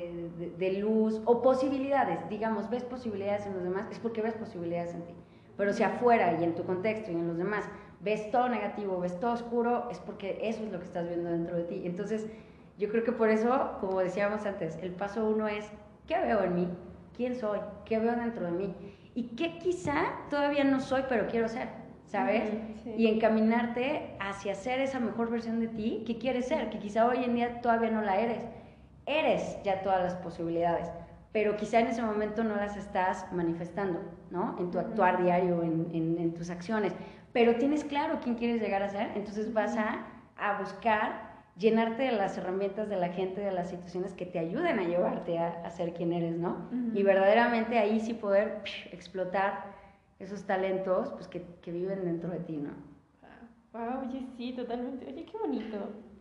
de luz o posibilidades, digamos, ves posibilidades en los demás, es porque ves posibilidades en ti. Pero si afuera y en tu contexto y en los demás ves todo negativo, ves todo oscuro, es porque eso es lo que estás viendo dentro de ti. Entonces, yo creo que por eso, como decíamos antes, el paso uno es, ¿qué veo en mí? ¿Quién soy? ¿Qué veo dentro de mí? Y qué quizá todavía no soy, pero quiero ser, ¿sabes? Sí. Y encaminarte hacia ser esa mejor versión de ti que quieres ser, que quizá hoy en día todavía no la eres. Eres ya todas las posibilidades, pero quizá en ese momento no las estás manifestando, ¿no? En tu actuar diario, en tus acciones. Pero tienes claro quién quieres llegar a ser, entonces vas a buscar llenarte de las herramientas de la gente, de las situaciones que te ayuden a llevarte a ser quien eres, ¿no? Y verdaderamente ahí sí poder explotar esos talentos pues que viven dentro de ti, ¿no? Wow, oye, sí, totalmente. Oye, qué bonito.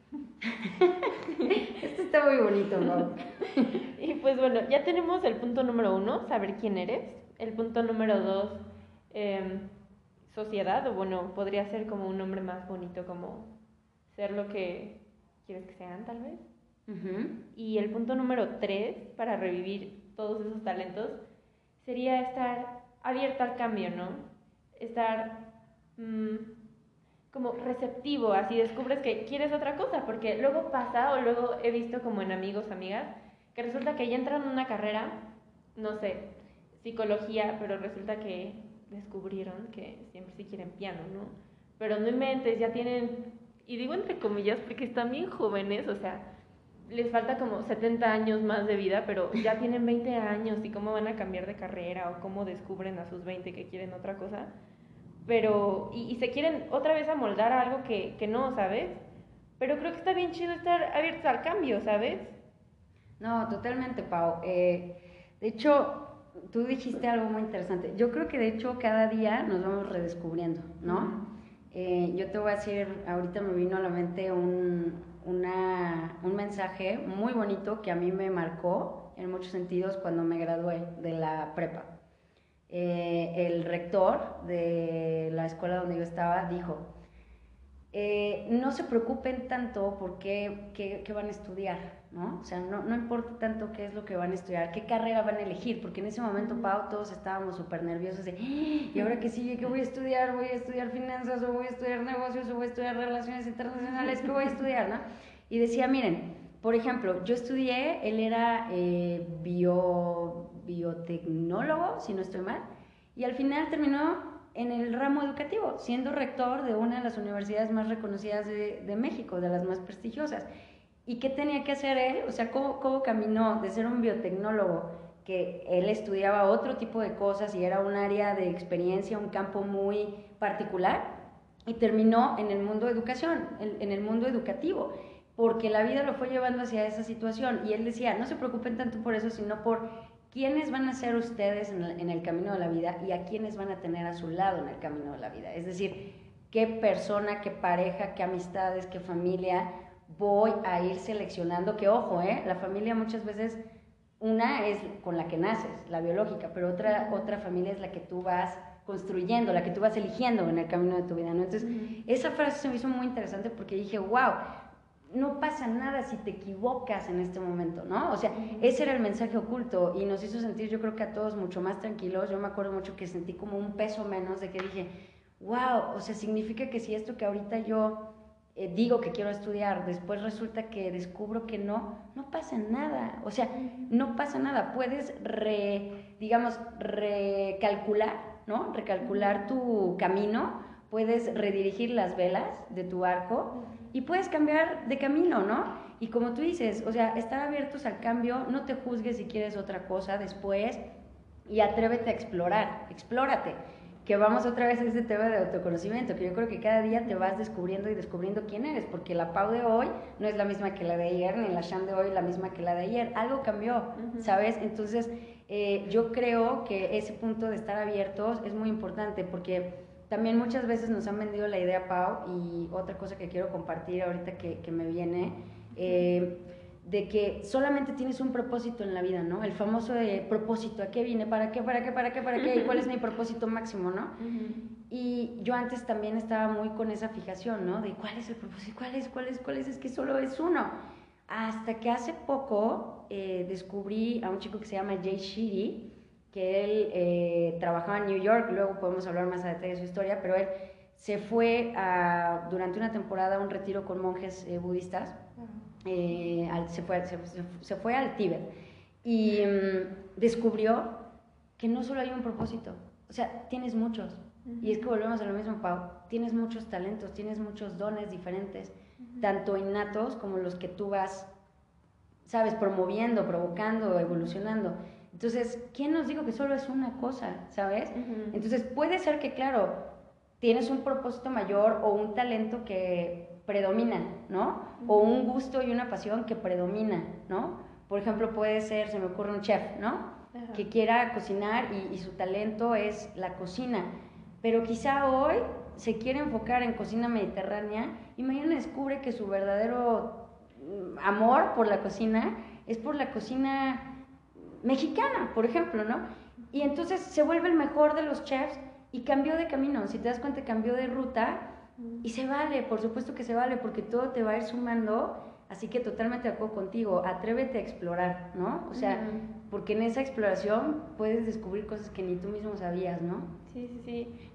Esto está muy bonito, ¿no? Y pues bueno, ya tenemos el punto número 1, saber quién eres. El punto número 2, sociedad, o bueno, podría ser como un nombre más bonito, como ser lo que quieres que sean, tal vez. Y el punto número 3, para revivir todos esos talentos, sería estar abierta al cambio, ¿no? Estar como receptivo, así descubres que quieres otra cosa, porque luego pasa, o luego he visto como en amigos, amigas, que resulta que ya entran en una carrera, no sé, psicología, pero resulta que descubrieron que siempre sí quieren piano, ¿no? Pero no inventes, ya tienen, y digo entre comillas porque están bien jóvenes, o sea, les falta como 70 años más de vida, pero ya tienen 20 años y cómo van a cambiar de carrera o cómo descubren a sus 20 que quieren otra cosa, pero, y se quieren otra vez amoldar a algo que no, ¿sabes? Pero creo que está bien chido estar abiertos al cambio, ¿sabes? No, totalmente, Pau. De hecho, tú dijiste algo muy interesante. Yo creo que de hecho cada día nos vamos redescubriendo, ¿no? Yo te voy a decir, ahorita me vino a la mente un mensaje muy bonito que a mí me marcó en muchos sentidos cuando me gradué de la prepa. El rector de la escuela donde yo estaba dijo, no se preocupen tanto por qué van a estudiar, ¿no? O sea, no importa tanto qué es lo que van a estudiar, qué carrera van a elegir, porque en ese momento, Pau, todos estábamos súper nerviosos de, ¿y ahora qué sigue? ¿Qué voy a estudiar? ¿Voy a estudiar finanzas? ¿O voy a estudiar negocios? ¿O voy a estudiar relaciones internacionales? ¿Qué voy a estudiar, no? Y decía, miren, por ejemplo, yo estudié, él era biotecnólogo, si no estoy mal, y al final terminó en el ramo educativo, siendo rector de una de las universidades más reconocidas de México, de las más prestigiosas. ¿Y qué tenía que hacer él? O sea, ¿cómo caminó de ser un biotecnólogo, que él estudiaba otro tipo de cosas y era un área de experiencia, un campo muy particular, y terminó en el mundo de educación, en el mundo educativo? Porque la vida lo fue llevando hacia esa situación. Y él decía, no se preocupen tanto por eso, sino por quiénes van a ser ustedes en el camino de la vida y a quiénes van a tener a su lado en el camino de la vida. Es decir, qué persona, qué pareja, qué amistades, qué familia voy a ir seleccionando. Que ojo, la familia muchas veces, una es con la que naces, la biológica, pero otra familia es la que tú vas construyendo, la que tú vas eligiendo en el camino de tu vida, ¿no? Entonces, esa frase se me hizo muy interesante porque dije, wow, no pasa nada si te equivocas en este momento, ¿no? O sea, ese era el mensaje oculto y nos hizo sentir, yo creo que a todos mucho más tranquilos. Yo me acuerdo mucho que sentí como un peso menos, de que dije, wow, o sea, significa que si esto que ahorita yo digo que quiero estudiar, después resulta que descubro que no pasa nada. O sea, no pasa nada. Puedes recalcular, ¿no? Recalcular tu camino, puedes redirigir las velas de tu arco y puedes cambiar de camino, ¿no? Y como tú dices, o sea, estar abiertos al cambio, no te juzgues si quieres otra cosa después y atrévete a explorar, explórate, que vamos otra vez a ese tema de autoconocimiento, que yo creo que cada día te vas descubriendo y descubriendo quién eres, porque la Pau de hoy no es la misma que la de ayer, ni la Shan de hoy la misma que la de ayer, algo cambió, ¿sabes? Entonces, yo creo que ese punto de estar abiertos es muy importante, porque también muchas veces nos han vendido la idea, Pau, y otra cosa que quiero compartir ahorita que me viene, de que solamente tienes un propósito en la vida, ¿no? El famoso propósito, ¿a qué vine? ¿Para qué? ¿Y cuál es mi propósito máximo, no? Y yo antes también estaba muy con esa fijación, ¿no? De ¿cuál es el propósito? ¿Cuál es? Es que solo es uno. Hasta que hace poco descubrí a un chico que se llama Jay Shetty, que él trabajaba en New York, luego podemos hablar más a detalle de su historia, pero él se fue durante una temporada a un retiro con monjes budistas, se fue al Tíbet y descubrió que no solo hay un propósito, o sea, tienes muchos. Y es que volvemos a lo mismo, Pau, tienes muchos talentos, tienes muchos dones diferentes, tanto innatos como los que tú vas, sabes, promoviendo, provocando, evolucionando. Entonces, ¿quién nos dijo que solo es una cosa, sabes? Entonces, puede ser que, claro, tienes un propósito mayor o un talento que predomina, ¿no? O un gusto y una pasión que predomina, ¿no? Por ejemplo, puede ser, se me ocurre un chef, ¿no? Que quiera cocinar y su talento es la cocina, pero quizá hoy se quiere enfocar en cocina mediterránea y mañana descubre que su verdadero amor por la cocina es por la cocina mexicana, por ejemplo, ¿no? Y entonces se vuelve el mejor de los chefs y cambió de camino. Si te das cuenta, cambió de ruta y se vale, por supuesto que se vale, porque todo te va a ir sumando. Así que totalmente de acuerdo contigo, atrévete a explorar, ¿no? O sea, porque en esa exploración puedes descubrir cosas que ni tú mismo sabías, ¿no? Sí.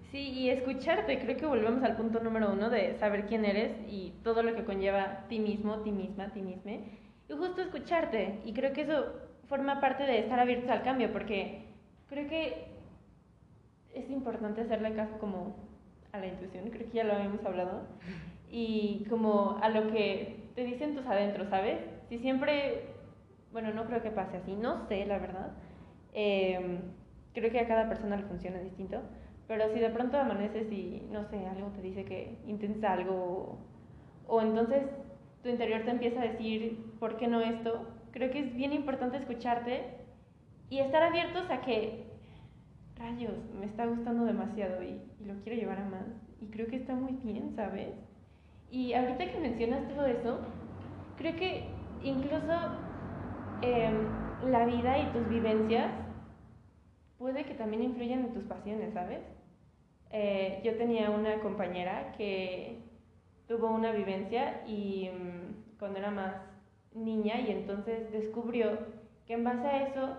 Sí, y escucharte, creo que volvemos al punto número uno de saber quién eres y todo lo que conlleva ti mismo, ti misma, ti misma. Y justo escucharte, y creo que eso forma parte de estar abiertos al cambio, porque creo que es importante hacerle caso como a la intuición, creo que ya lo habíamos hablado, y como a lo que te dicen tus adentros, ¿sabes? Si siempre, bueno, no creo que pase así, no sé, la verdad. Creo que a cada persona le funciona distinto, pero si de pronto amaneces y, no sé, algo te dice que intentes algo, o entonces tu interior te empieza a decir, ¿por qué no esto? Creo que es bien importante escucharte y estar abiertos a que, rayos, me está gustando demasiado y lo quiero llevar a más. Y creo que está muy bien, ¿sabes? Y ahorita que mencionas todo eso, creo que incluso eh, la vida y tus vivencias puede que también influyan en tus pasiones, ¿sabes? Yo tenía una compañera que tuvo una vivencia y cuando era más niña y entonces descubrió que en base a eso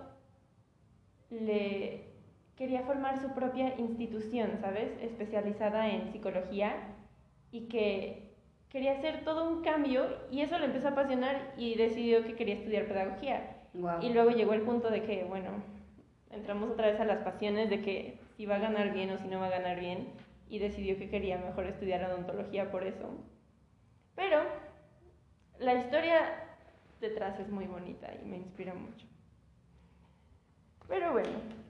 le quería formar su propia institución, ¿sabes? Especializada en psicología y que quería hacer todo un cambio y eso le empezó a apasionar y decidió que quería estudiar pedagogía. Wow. Y luego llegó el punto de que, bueno, entramos otra vez a las pasiones de que si va a ganar bien o si no va a ganar bien y decidió que quería mejor estudiar odontología por eso. Pero la historia detrás es muy bonita y me inspira mucho. Pero bueno,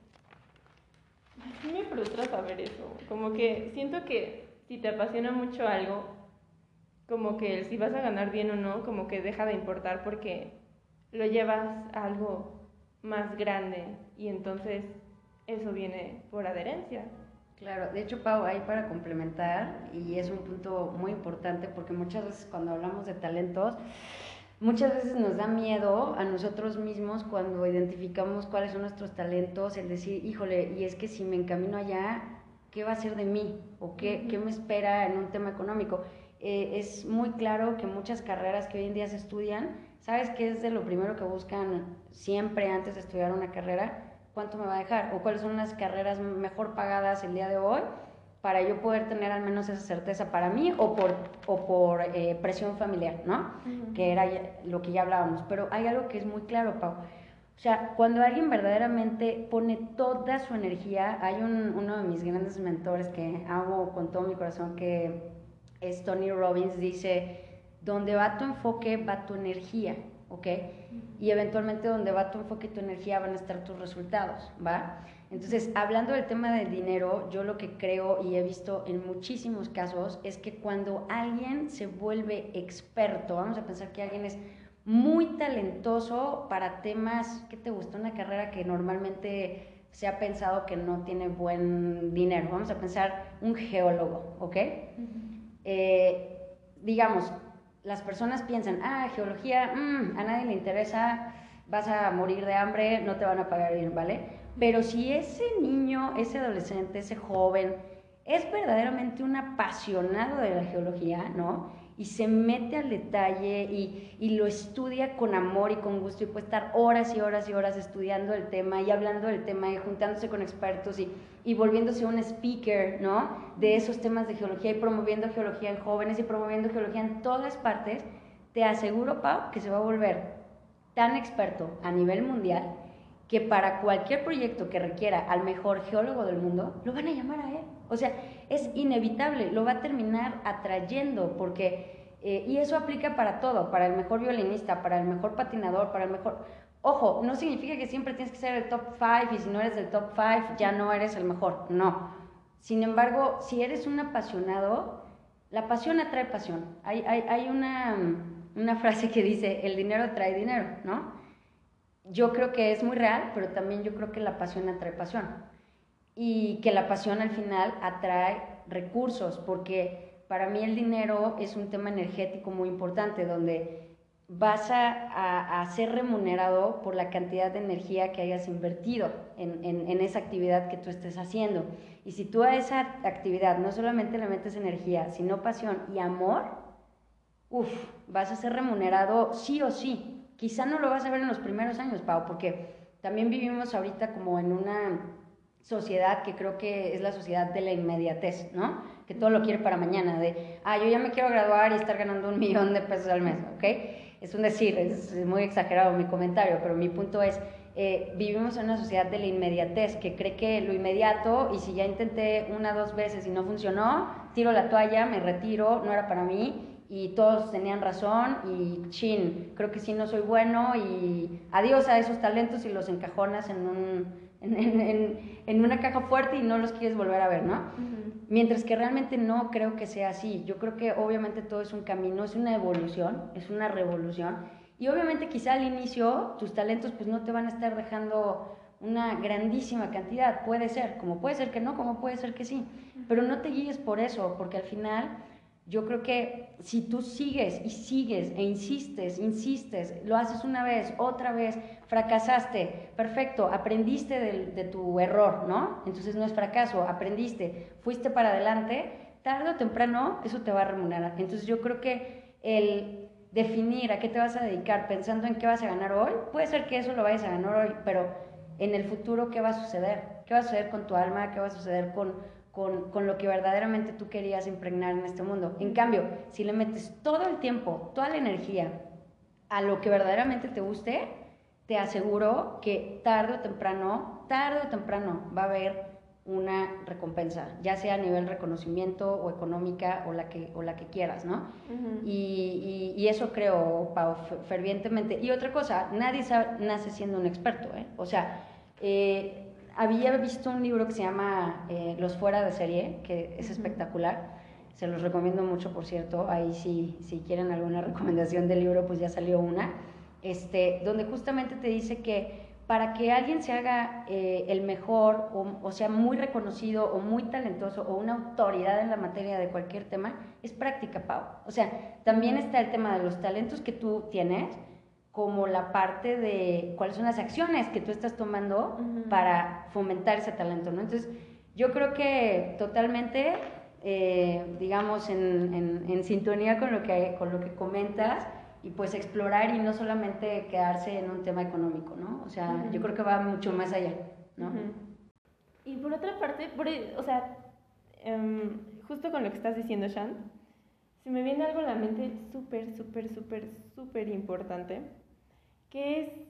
sí me frustra saber eso. Como que siento que si te apasiona mucho algo, como que si vas a ganar bien o no, como que deja de importar porque lo llevas a algo más grande y entonces eso viene por adherencia. Claro, de hecho, Pau, ahí para complementar, y es un punto muy importante porque muchas veces cuando hablamos de talentos, muchas veces nos da miedo a nosotros mismos cuando identificamos cuáles son nuestros talentos, el decir, híjole, y es que si me encamino allá, ¿qué va a ser de mí? ¿O qué me espera en un tema económico? Es muy claro que muchas carreras que hoy en día se estudian, ¿sabes qué es de lo primero que buscan siempre antes de estudiar una carrera? ¿Cuánto me va a dejar? ¿O cuáles son las carreras mejor pagadas el día de hoy? Para yo poder tener al menos esa certeza para mí o por presión familiar, ¿no? Que era lo que ya hablábamos. Pero hay algo que es muy claro, Pau. O sea, cuando alguien verdaderamente pone toda su energía, hay uno de mis grandes mentores que amo con todo mi corazón, que es Tony Robbins, dice, donde va tu enfoque, va tu energía, ¿ok? Y eventualmente donde va tu enfoque y tu energía van a estar tus resultados, ¿va? Entonces, hablando del tema del dinero, yo lo que creo y he visto en muchísimos casos es que cuando alguien se vuelve experto, vamos a pensar que alguien es muy talentoso para temas, ¿qué te gusta? Una carrera que normalmente se ha pensado que no tiene buen dinero. Vamos a pensar un geólogo, ¿ok? Digamos, las personas piensan, geología, a nadie le interesa, vas a morir de hambre, no te van a pagar bien, ¿vale? Pero si ese niño, ese adolescente, ese joven, es verdaderamente un apasionado de la geología, ¿no? Y se mete al detalle y lo estudia con amor y con gusto y puede estar horas y horas y horas estudiando el tema y hablando del tema y juntándose con expertos y volviéndose un speaker, ¿no? De esos temas de geología y promoviendo geología en jóvenes y promoviendo geología en todas partes, te aseguro, Pau, que se va a volver tan experto a nivel mundial que para cualquier proyecto que requiera al mejor geólogo del mundo, lo van a llamar a él. O sea, es inevitable, lo va a terminar atrayendo porque, y eso aplica para todo, para el mejor violinista, para el mejor patinador, para el mejor... Ojo, no significa que siempre tienes que ser el top 5 y si no eres del top 5 ya no eres el mejor, no. Sin embargo, si eres un apasionado, la pasión atrae pasión. Hay una frase que dice, el dinero atrae dinero, ¿no? Yo creo que es muy real, pero también yo creo que la pasión atrae pasión. Y que la pasión al final atrae recursos, porque para mí el dinero es un tema energético muy importante, donde vas a ser remunerado por la cantidad de energía que hayas invertido en esa actividad que tú estés haciendo. Y si tú a esa actividad no solamente le metes energía, sino pasión y amor, vas a ser remunerado sí o sí. Quizá no lo vas a ver en los primeros años, Pau, porque también vivimos ahorita como en una sociedad que creo que es la sociedad de la inmediatez, ¿no? Que todo lo quiere para mañana, yo ya me quiero graduar y estar ganando $1,000,000 al mes, ¿ok? Es un decir, es muy exagerado mi comentario, pero mi punto es, vivimos en una sociedad de la inmediatez que cree que lo inmediato, y si ya intenté 1 o 2 veces y no funcionó, tiro la toalla, me retiro, no era para mí, y todos tenían razón, y chin, creo que sí no soy bueno, y adiós a esos talentos y los encajonas en una caja fuerte y no los quieres volver a ver, ¿no? Uh-huh. Mientras que realmente no creo que sea así. Yo creo que obviamente todo es un camino, es una evolución, es una revolución, y obviamente quizá al inicio tus talentos pues no te van a estar dejando una grandísima cantidad, puede ser, como puede ser que no, como puede ser que sí, pero no te guíes por eso, porque al final yo creo que si tú sigues y sigues e insistes, lo haces una vez, otra vez, fracasaste, perfecto, aprendiste de tu error, ¿no? Entonces no es fracaso, aprendiste, fuiste para adelante, tarde o temprano eso te va a remunerar. Entonces yo creo que el definir a qué te vas a dedicar pensando en qué vas a ganar hoy, puede ser que eso lo vayas a ganar hoy, pero en el futuro, ¿qué va a suceder? ¿Qué va a suceder con tu alma? ¿Qué va a suceder con lo que verdaderamente tú querías impregnar en este mundo? En cambio, si le metes todo el tiempo, toda la energía a lo que verdaderamente te guste, te aseguro que tarde o temprano va a haber una recompensa, ya sea a nivel reconocimiento o económica o la que quieras, ¿no? Uh-huh. Y eso creo, Pau, fervientemente. Y otra cosa, nadie nace siendo un experto, ¿eh? O sea, había visto un libro que se llama Los fuera de serie, que es espectacular, se los recomiendo mucho, por cierto, ahí si quieren alguna recomendación del libro, pues ya salió una, donde justamente te dice que para que alguien se haga el mejor, o sea, muy reconocido, o muy talentoso, o una autoridad en la materia de cualquier tema, es práctica, Pau. O sea, también está el tema de los talentos que tú tienes, como la parte de cuáles son las acciones que tú estás tomando uh-huh. para fomentar ese talento, ¿no? Entonces, yo creo que totalmente, digamos, en sintonía con lo que comentas, y pues explorar y no solamente quedarse en un tema económico, ¿no? O sea, uh-huh. yo creo que va mucho más allá, ¿no? Uh-huh. Y por otra parte, o sea, justo con lo que estás diciendo, Shan, se me viene algo a la mente súper importante, que es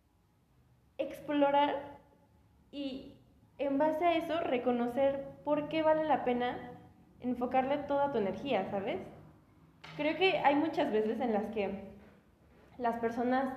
explorar y en base a eso reconocer por qué vale la pena enfocarle toda tu energía, ¿sabes? Creo que hay muchas veces en las que las personas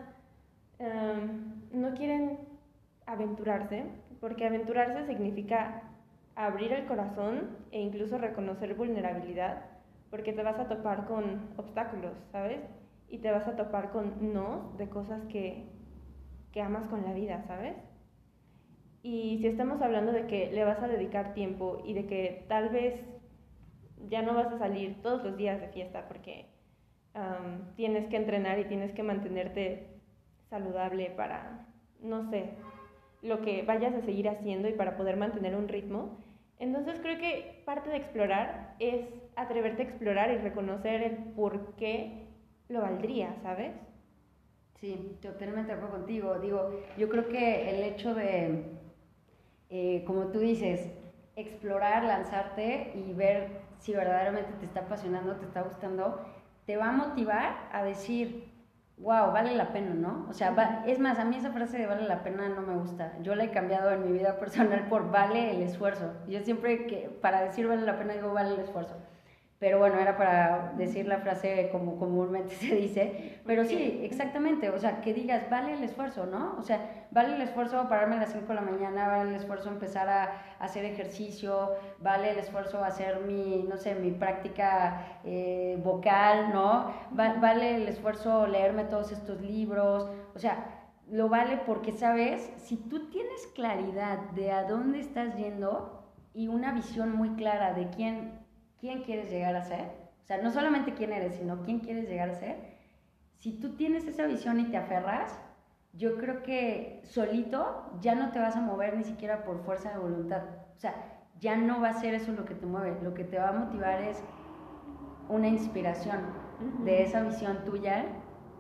no quieren aventurarse, porque aventurarse significa abrir el corazón e incluso reconocer vulnerabilidad, porque te vas a topar con obstáculos, ¿sabes? Y te vas a topar con no de cosas que amas con la vida, ¿sabes? Y si estamos hablando de que le vas a dedicar tiempo y de que tal vez ya no vas a salir todos los días de fiesta porque tienes que entrenar y tienes que mantenerte saludable para, no sé, lo que vayas a seguir haciendo y para poder mantener un ritmo. Entonces creo que parte de explorar es atreverte a explorar y reconocer el por qué lo valdría, ¿sabes? Sí, totalmente de acuerdo contigo. Digo, yo creo que el hecho de, como tú dices, explorar, lanzarte y ver si verdaderamente te está apasionando, te está gustando, te va a motivar a decir, wow, vale la pena, ¿no? O sea, es más, a mí esa frase de vale la pena no me gusta. Yo la he cambiado en mi vida personal por vale el esfuerzo. Yo siempre que para decir vale la pena digo vale el esfuerzo. Pero bueno, era para decir la frase como comúnmente se dice. Pero sí, exactamente, o sea, que digas, vale el esfuerzo, ¿no? O sea, vale el esfuerzo pararme a las 5 de la mañana, vale el esfuerzo empezar a hacer ejercicio, vale el esfuerzo hacer mi, no sé, mi práctica vocal, ¿no? Vale el esfuerzo leerme todos estos libros, o sea, lo vale porque, ¿sabes? Si tú tienes claridad de a dónde estás yendo y una visión muy clara de quién quieres llegar a ser, o sea, no solamente quién eres, sino quién quieres llegar a ser, si tú tienes esa visión y te aferras, yo creo que solito ya no te vas a mover ni siquiera por fuerza de voluntad, o sea, ya no va a ser eso lo que te mueve, lo que te va a motivar es una inspiración de esa visión tuya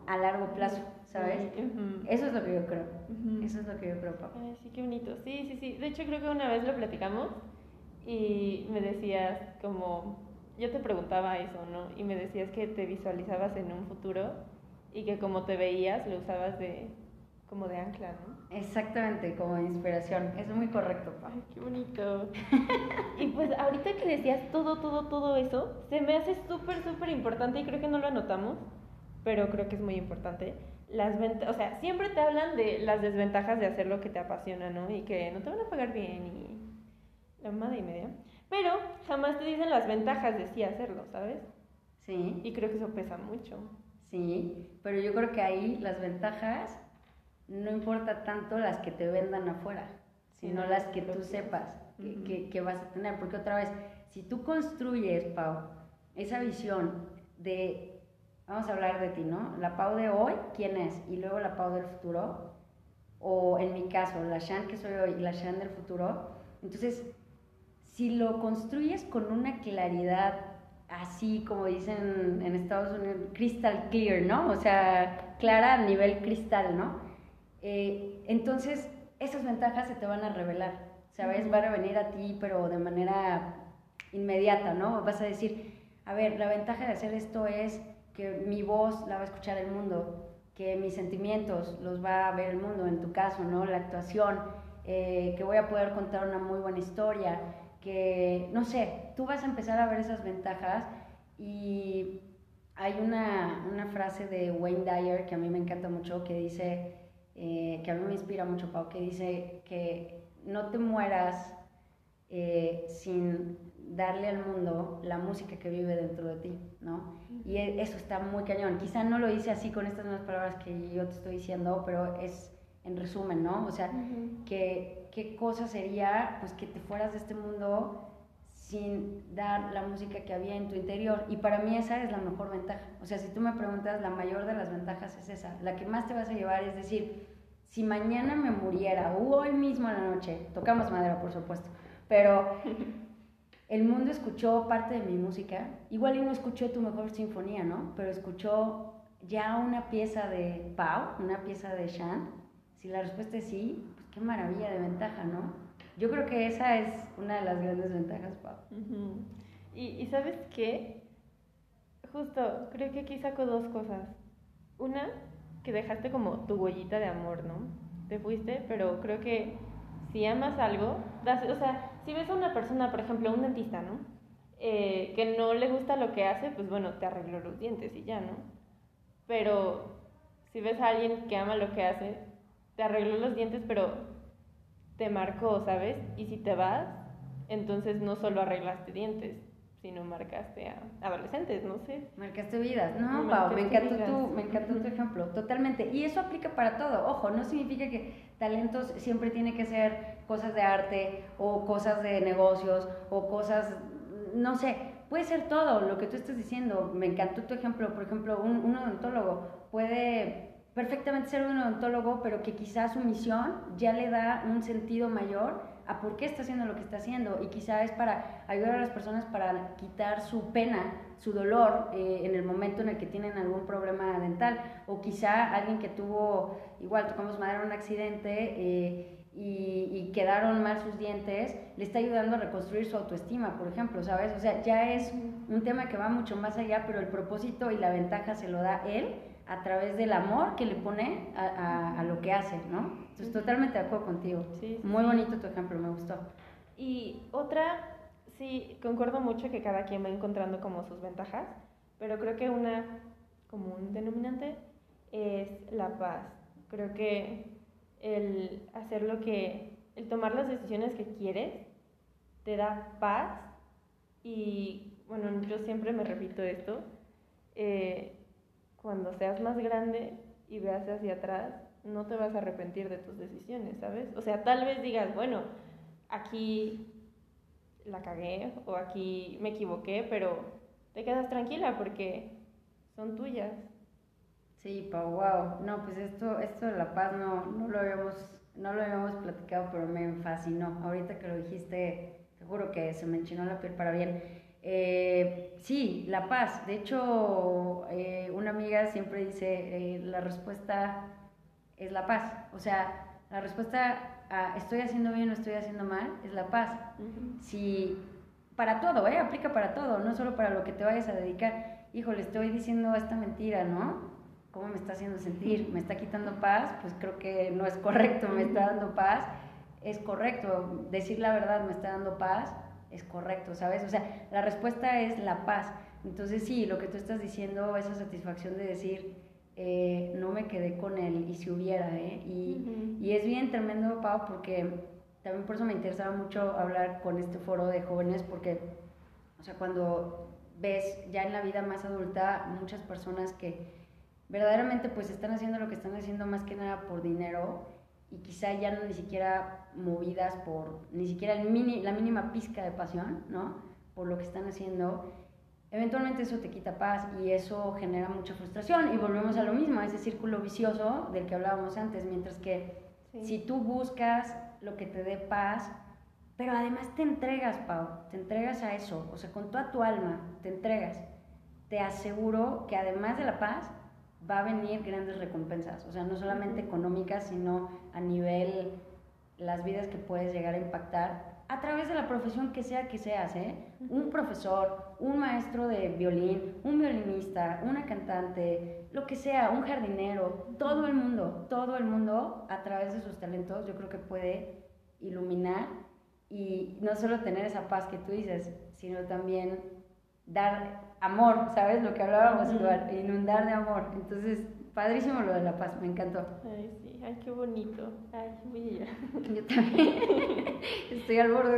a largo plazo, ¿sabes? Ujú. Eso es lo que yo creo. Ujú. Eso es lo que yo creo, Pau. Ay, sí, qué bonito. Sí, sí, sí. De hecho, creo que una vez lo platicamos y me decías como, yo te preguntaba eso, ¿no? Y me decías que te visualizabas en un futuro y que como te veías lo usabas de como de ancla, ¿no? Exactamente, como inspiración. Es muy correcto, Pau. Ay, qué bonito. Y pues ahorita que decías todo eso, se me hace súper, súper importante y creo que no lo anotamos, pero creo que es muy importante. O sea, siempre te hablan de las desventajas de hacer lo que te apasiona, ¿no? Y que no te van a pagar bien y la mamada y media. Pero jamás te dicen las ventajas de sí hacerlo, ¿sabes? Sí, Y creo que eso pesa mucho. sí, pero yo creo que ahí las ventajas no importa tanto las que te vendan afuera, sino las que tú sepas que vas a tener. Porque otra vez, si tú construyes, Pau, esa visión de, vamos a hablar de ti, ¿no? La Pau de hoy, ¿quién es? Y luego la Pau del futuro, o en mi caso, la Shan que soy hoy y la Shan del futuro. Entonces, si lo construyes con una claridad así como dicen en Estados Unidos, crystal clear, ¿no? O sea, clara a nivel cristal, ¿no? Entonces, esas ventajas se te van a revelar, ¿sabes? Van a venir a ti, pero de manera inmediata, ¿no? Vas a decir, a ver, la ventaja de hacer esto es que mi voz la va a escuchar el mundo, que mis sentimientos los va a ver el mundo, en tu caso, ¿no? La actuación, que voy a poder contar una muy buena historia, que, no sé, tú vas a empezar a ver esas ventajas y hay una frase de Wayne Dyer que a mí me encanta mucho, que dice, que a mí me inspira mucho, Pau, que dice que no te mueras sin darle al mundo la música que vive dentro de ti, ¿no? Y eso está muy cañón. Quizá no lo hice así con estas mismas palabras que yo te estoy diciendo, pero es en resumen, ¿no? O sea, ¿qué cosa sería, pues, que te fueras de este mundo sin dar la música que había en tu interior? Y para mí esa es la mejor ventaja. O sea, si tú me preguntas, la mayor de las ventajas es esa. La que más te vas a llevar es decir, si mañana me muriera, o hoy mismo en la noche, tocamos madera, por supuesto, pero el mundo escuchó parte de mi música, igual y no escuchó tu mejor sinfonía, ¿no? Pero escuchó ya una pieza de Pau, una pieza de Shan. Si la respuesta es sí, pues qué maravilla de ventaja, ¿no? Yo creo que esa es una de las grandes ventajas, Pau. Y ¿sabes qué? Justo, creo que aquí saco dos cosas. Una, que dejaste como tu huellita de amor, ¿no? Te fuiste, pero creo que si amas algo, o sea, si ves a una persona, por ejemplo, un dentista, ¿no? Que no le gusta lo que hace, pues bueno, te arregló los dientes y ya, ¿no? Pero si ves a alguien que ama lo que hace, te arregló los dientes, pero te marcó, ¿sabes? Y si te vas, entonces no solo arreglaste dientes, sino marcaste a adolescentes, no sé. Marcaste vidas, ¿no, Pau? Me encantó tu ejemplo, totalmente. Y eso aplica para todo. Ojo, no significa que talentos siempre tiene que ser cosas de arte o cosas de negocios o cosas, no sé, puede ser todo lo que tú estás diciendo. Me encantó tu ejemplo. Por ejemplo, un odontólogo puede perfectamente ser un odontólogo, pero que quizás su misión ya le da un sentido mayor a por qué está haciendo lo que está haciendo, y quizá es para ayudar a las personas para quitar su pena, su dolor en el momento en el que tienen algún problema dental, o quizá alguien que tuvo, igual tocamos madera, un accidente y quedaron mal sus dientes, le está ayudando a reconstruir su autoestima, por ejemplo, ¿sabes? O sea, ya es un tema que va mucho más allá, pero el propósito y la ventaja se lo da él a través del amor que le pone a lo que hace, ¿no? Entonces, totalmente de acuerdo contigo. Sí, muy bonito tu ejemplo, me gustó. Y otra, sí, concuerdo mucho que cada quien va encontrando como sus ventajas, pero creo que una común denominante es la paz. Creo que el hacer el tomar las decisiones que quieres, te da paz y, bueno, yo siempre me repito esto, cuando seas más grande y veas hacia atrás, no te vas a arrepentir de tus decisiones, ¿sabes? O sea, tal vez digas, bueno, aquí la cagué o aquí me equivoqué, pero te quedas tranquila porque son tuyas. Sí, Pau, wow. No, pues esto de la paz no lo habíamos platicado, pero me fascinó. Ahorita que lo dijiste, te juro que se me enchinó la piel para bien. Sí, la paz. De hecho, una amiga siempre dice, la respuesta es la paz. O sea, la respuesta a estoy haciendo bien o estoy haciendo mal es la paz. Si para todo, aplica para todo, no solo para lo que te vayas a dedicar. Híjole, estoy diciendo esta mentira, ¿no? ¿Cómo me está haciendo sentir? ¿Me está quitando paz? Pues creo que no es correcto. ¿Me está dando paz? Es correcto. Decir la verdad me está dando paz, es correcto, ¿sabes? O sea, la respuesta es la paz. Entonces sí, lo que tú estás diciendo, esa satisfacción de decir, no me quedé con él y si hubiera, y es bien tremendo, Pau, porque también por eso me interesaba mucho hablar con este foro de jóvenes, porque, o sea, cuando ves ya en la vida más adulta muchas personas que verdaderamente pues están haciendo lo que están haciendo más que nada por dinero y quizá ya no ni siquiera movidas por ni siquiera la mínima pizca de pasión, ¿no? Por lo que están haciendo, eventualmente eso te quita paz y eso genera mucha frustración y volvemos a lo mismo, a ese círculo vicioso del que hablábamos antes, mientras que si tú buscas lo que te dé paz, pero además te entregas, Pau, te entregas a eso, o sea, con toda tu alma, te entregas, te aseguro que además de la paz, va a venir grandes recompensas, o sea, no solamente económicas, sino a nivel las vidas que puedes llegar a impactar a través de la profesión que seas, un profesor, un maestro de violín, un violinista, una cantante, lo que sea, un jardinero, todo el mundo a través de sus talentos yo creo que puede iluminar y no solo tener esa paz que tú dices, sino también dar amor, ¿sabes? Lo que hablábamos igual, inundar de amor. Entonces, padrísimo lo de la paz, me encantó. Ay, sí, ay, qué bonito. Ay, voy a llorar. Yo también estoy al borde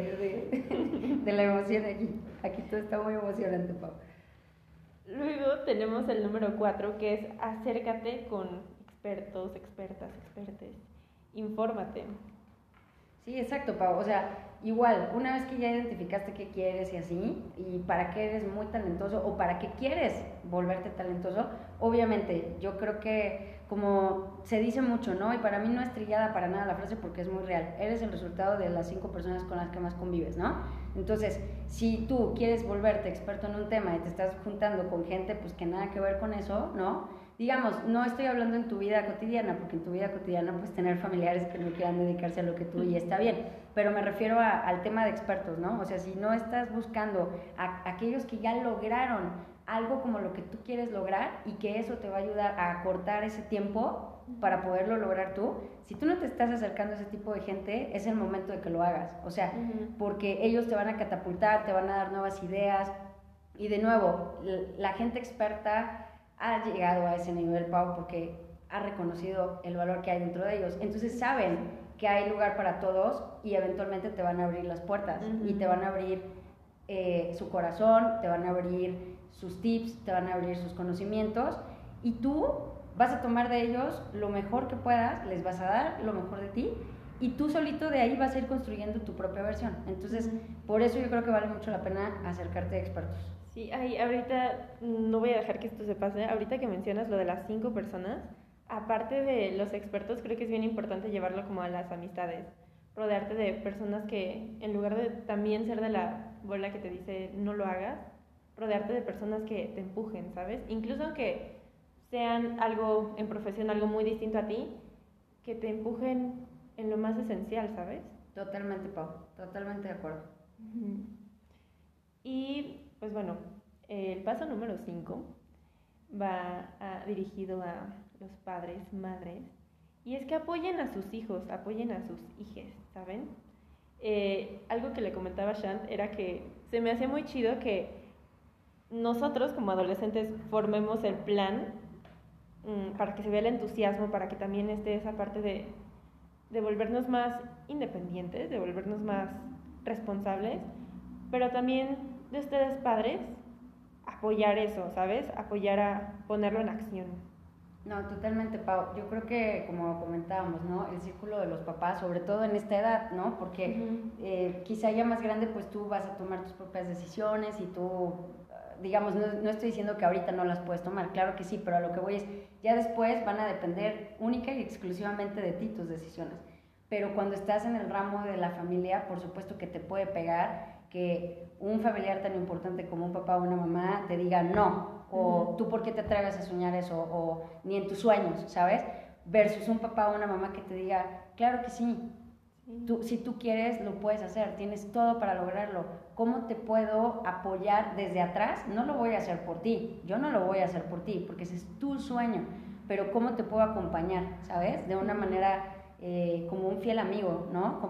de la emoción aquí. Aquí todo está muy emocionante, Pau. Luego tenemos el número 4, que es acércate con expertos, expertas, expertes. Infórmate. Sí, exacto, Pau. O sea, igual, una vez que ya identificaste qué quieres y así, y para qué eres muy talentoso o para qué quieres volverte talentoso, obviamente, yo creo que como se dice mucho, ¿no? Y para mí no es trillada para nada la frase porque es muy real. Eres el resultado de las 5 personas con las que más convives, ¿no? Entonces, si tú quieres volverte experto en un tema y te estás juntando con gente, pues que nada que ver con eso, ¿no? Digamos, no estoy hablando en tu vida cotidiana, porque en tu vida cotidiana puedes tener familiares que no quieran dedicarse a lo que tú y está bien, pero me refiero al tema de expertos, ¿no? O sea, si no estás buscando a aquellos que ya lograron algo como lo que tú quieres lograr y que eso te va a ayudar a acortar ese tiempo para poderlo lograr tú, si tú no te estás acercando a ese tipo de gente, es el momento de que lo hagas, o sea, porque ellos te van a catapultar, te van a dar nuevas ideas y de nuevo, la gente experta ha llegado a ese nivel, Pau, porque ha reconocido el valor que hay dentro de ellos. Entonces saben que hay lugar para todos y eventualmente te van a abrir las puertas y te van a abrir su corazón, te van a abrir sus tips, te van a abrir sus conocimientos y tú vas a tomar de ellos lo mejor que puedas, les vas a dar lo mejor de ti y tú solito de ahí vas a ir construyendo tu propia versión. Entonces, por eso yo creo que vale mucho la pena acercarte a expertos. Sí, ay, ahorita no voy a dejar que esto se pase. Ahorita que mencionas lo de las 5 personas, aparte de los expertos, creo que es bien importante llevarlo como a las amistades. Rodearte de personas que, en lugar de también ser de la bola que te dice no lo hagas, rodearte de personas que te empujen, ¿sabes? Incluso aunque sean algo en profesión, algo muy distinto a ti, que te empujen en lo más esencial, ¿sabes? Totalmente, Pau, totalmente de acuerdo. Y pues bueno, el paso número 5 va dirigido a los padres, madres, y es que apoyen a sus hijos, apoyen a sus hijes, ¿saben? Algo que le comentaba a Shant era que se me hacía muy chido que nosotros como adolescentes formemos el plan para que se vea el entusiasmo, para que también esté esa parte de volvernos más independientes, de volvernos más responsables, pero también de ustedes padres apoyar eso, ¿sabes? Apoyar a ponerlo en acción. No, totalmente, Pau. Yo creo que, como comentábamos, ¿no? El círculo de los papás, sobre todo en esta edad, ¿no? Porque quizá ya más grande, pues tú vas a tomar tus propias decisiones y tú, digamos, no estoy diciendo que ahorita no las puedes tomar, claro que sí, pero a lo que voy es, ya después van a depender única y exclusivamente de ti tus decisiones. Pero cuando estás en el ramo de la familia, por supuesto que te puede pegar que un familiar tan importante como un papá o una mamá te diga no, o tú por qué te atreves a soñar eso, o ni en tus sueños, ¿sabes? Versus un papá o una mamá que te diga, claro que sí, si tú quieres lo puedes hacer, tienes todo para lograrlo. ¿Cómo te puedo apoyar desde atrás? No lo voy a hacer por ti, yo no lo voy a hacer por ti, porque ese es tu sueño, pero ¿cómo te puedo acompañar? ¿Sabes? De una manera como un fiel amigo, ¿no?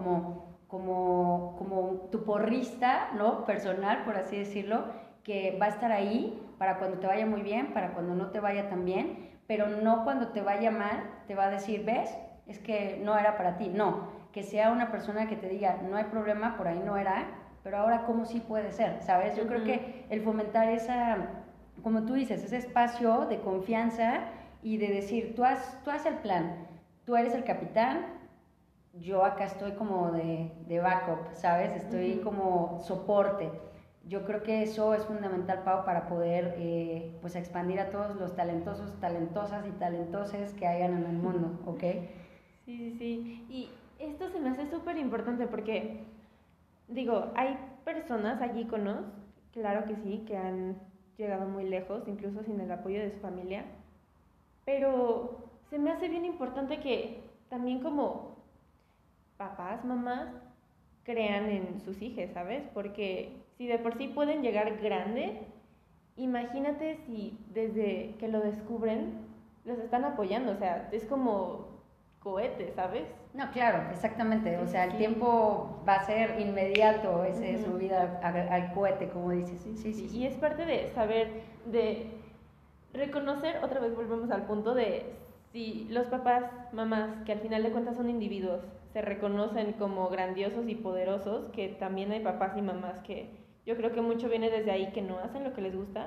Como tu porrista, ¿no? Personal, por así decirlo, que va a estar ahí para cuando te vaya muy bien, para cuando no te vaya tan bien, pero no cuando te vaya mal, te va a decir, ¿ves? Es que no era para ti. No, que sea una persona que te diga, no hay problema, por ahí no era, pero ahora cómo sí puede ser, ¿sabes? Yo creo que el fomentar esa, como tú dices, ese espacio de confianza y de decir, tú haz el plan, tú eres el capitán, yo acá estoy como de backup, ¿sabes? Estoy como soporte. Yo creo que eso es fundamental, Pau, para poder pues expandir a todos los talentosos, talentosas y talentoses que hayan en el mundo, ¿ok? Sí, sí, sí. Y esto se me hace súper importante porque, digo, hay personas, hay íconos, claro que sí, que han llegado muy lejos, incluso sin el apoyo de su familia, pero se me hace bien importante que también como papás, mamás, crean en sus hijos, ¿sabes? Porque si de por sí pueden llegar grande, imagínate si desde que lo descubren los están apoyando, o sea, es como cohete, ¿sabes? No, claro, exactamente. O sea, el Sí. tiempo va a ser inmediato, ese subida al cohete, como dices. Sí. Y es parte de saber, de reconocer, otra vez volvemos al punto de si los papás, mamás, que al final de cuentas son individuos, se reconocen como grandiosos y poderosos, que también hay papás y mamás que yo creo que mucho viene desde ahí, que no hacen lo que les gusta,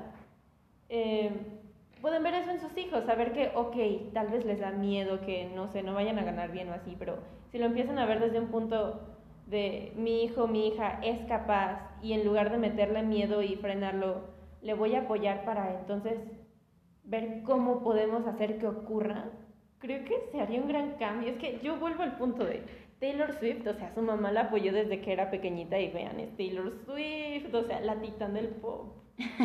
pueden ver eso en sus hijos, saber que, ok, tal vez les da miedo que, no sé, no vayan a ganar bien o así, pero si lo empiezan a ver desde un punto de mi hijo, mi hija es capaz, y en lugar de meterle miedo y frenarlo, le voy a apoyar para entonces ver cómo podemos hacer que ocurra, creo que se haría un gran cambio. Es que yo vuelvo al punto de Taylor Swift, o sea, su mamá la apoyó desde que era pequeñita y vean, es Taylor Swift, o sea, la titán del pop.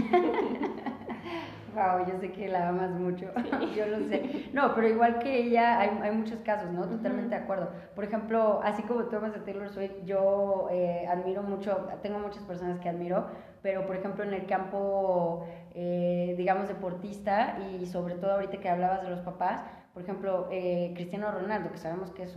Wow, yo sé que la amas mucho, yo lo sé. No, pero igual que ella, hay muchos casos, ¿no? Totalmente de acuerdo. Por ejemplo, así como tú amas a Taylor Swift, yo admiro mucho, tengo muchas personas que admiro, pero por ejemplo en el campo, digamos, deportista y sobre todo ahorita que hablabas de los papás, por ejemplo, Cristiano Ronaldo, que sabemos que es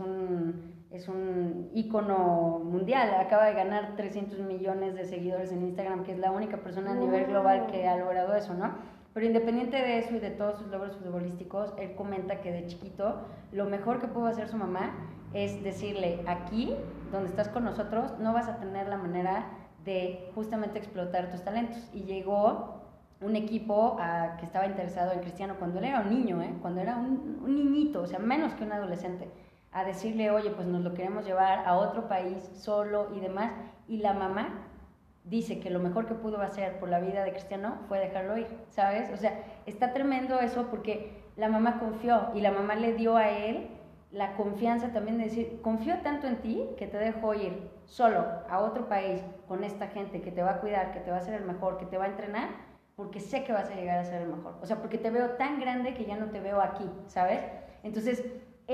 un ícono mundial, acaba de ganar 300 millones de seguidores en Instagram, que es la única persona a nivel global que ha logrado eso, ¿no? Pero independiente de eso y de todos sus logros futbolísticos, él comenta que de chiquito lo mejor que pudo hacer su mamá es decirle, aquí, donde estás con nosotros, no vas a tener la manera de justamente explotar tus talentos. Y llegó un equipo que estaba interesado en Cristiano cuando él era un niño, cuando era un niñito, o sea, menos que un adolescente, a decirle, oye, pues nos lo queremos llevar a otro país solo y demás. Y la mamá dice que lo mejor que pudo hacer por la vida de Cristiano fue dejarlo ir, ¿sabes? O sea, está tremendo eso porque la mamá confió y la mamá le dio a él la confianza también de decir, confío tanto en ti que te dejo ir solo a otro país con esta gente que te va a cuidar, que te va a hacer el mejor, que te va a entrenar, porque sé que vas a llegar a ser el mejor. O sea, porque te veo tan grande que ya no te veo aquí, ¿sabes? Entonces,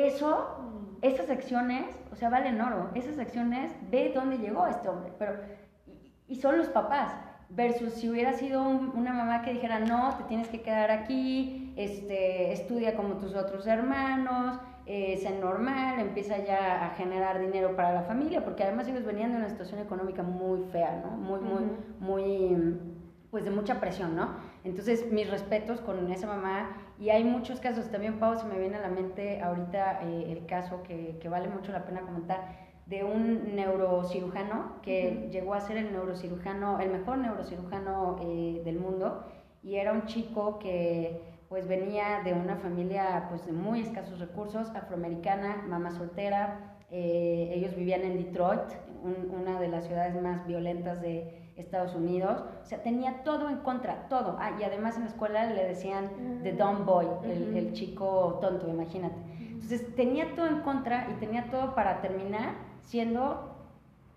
esas acciones, o sea, valen oro. Esas acciones, ve dónde llegó este hombre, pero y son los papás, versus si hubiera sido una mamá que dijera, no, te tienes que quedar aquí, estudia como tus otros hermanos, sé normal, empieza ya a generar dinero para la familia, porque además ellos venían de una situación económica muy fea, ¿no? Muy, pues de mucha presión, ¿no? Entonces, mis respetos con esa mamá, y hay muchos casos, también, Pau, se me viene a la mente ahorita el caso que vale mucho la pena comentar, de un neurocirujano que llegó a ser el mejor neurocirujano del mundo, y era un chico que pues venía de una familia pues de muy escasos recursos, afroamericana, mamá soltera, ellos vivían en Detroit, una de las ciudades más violentas de Estados Unidos, o sea, tenía todo en contra, todo, y además en la escuela le decían the dumb boy, el chico tonto, imagínate. Entonces tenía todo en contra y tenía todo para terminar siendo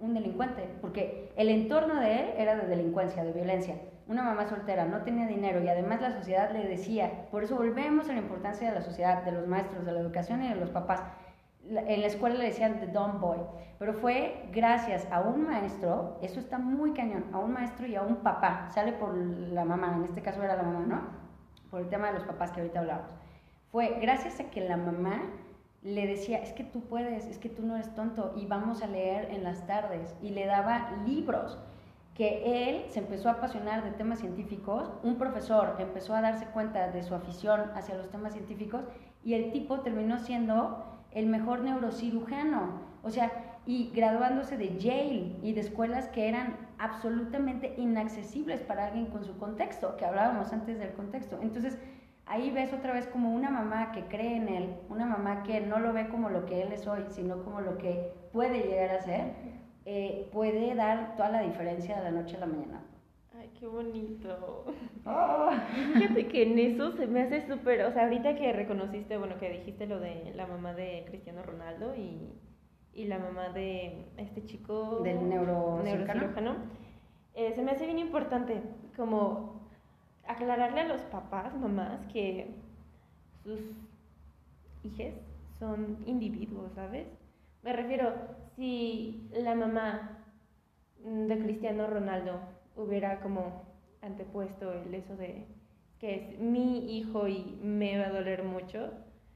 un delincuente, porque el entorno de él era de delincuencia, de violencia. Una mamá soltera, no tenía dinero y además la sociedad le decía, por eso volvemos a la importancia de la sociedad, de los maestros, de la educación y de los papás. En la escuela le decían the dumb boy, pero fue gracias a un maestro, eso está muy cañón, a un maestro y a un papá, sale por la mamá, en este caso era la mamá, ¿no? Por el tema de los papás que ahorita hablamos. Fue gracias a que la mamá le decía, es que tú puedes, es que tú no eres tonto y vamos a leer en las tardes, y le daba libros, que él se empezó a apasionar de temas científicos, un profesor empezó a darse cuenta de su afición hacia los temas científicos y el tipo terminó siendo el mejor neurocirujano, o sea, y graduándose de Yale y de escuelas que eran absolutamente inaccesibles para alguien con su contexto, que hablábamos antes del contexto. Entonces, ahí ves otra vez como una mamá que cree en él, una mamá que no lo ve como lo que él es hoy, sino como lo que puede llegar a ser, puede dar toda la diferencia de la noche a la mañana. Ay, qué bonito. Oh. Fíjate que en eso se me hace súper, o sea, ahorita que reconociste, bueno, que dijiste lo de la mamá de Cristiano Ronaldo y la mamá de este chico del neurocirujano, se me hace bien importante como aclararle a los papás, mamás, que sus hijos son individuos, ¿sabes? Me refiero, si la mamá de Cristiano Ronaldo hubiera como antepuesto el eso de que es mi hijo y me va a doler mucho,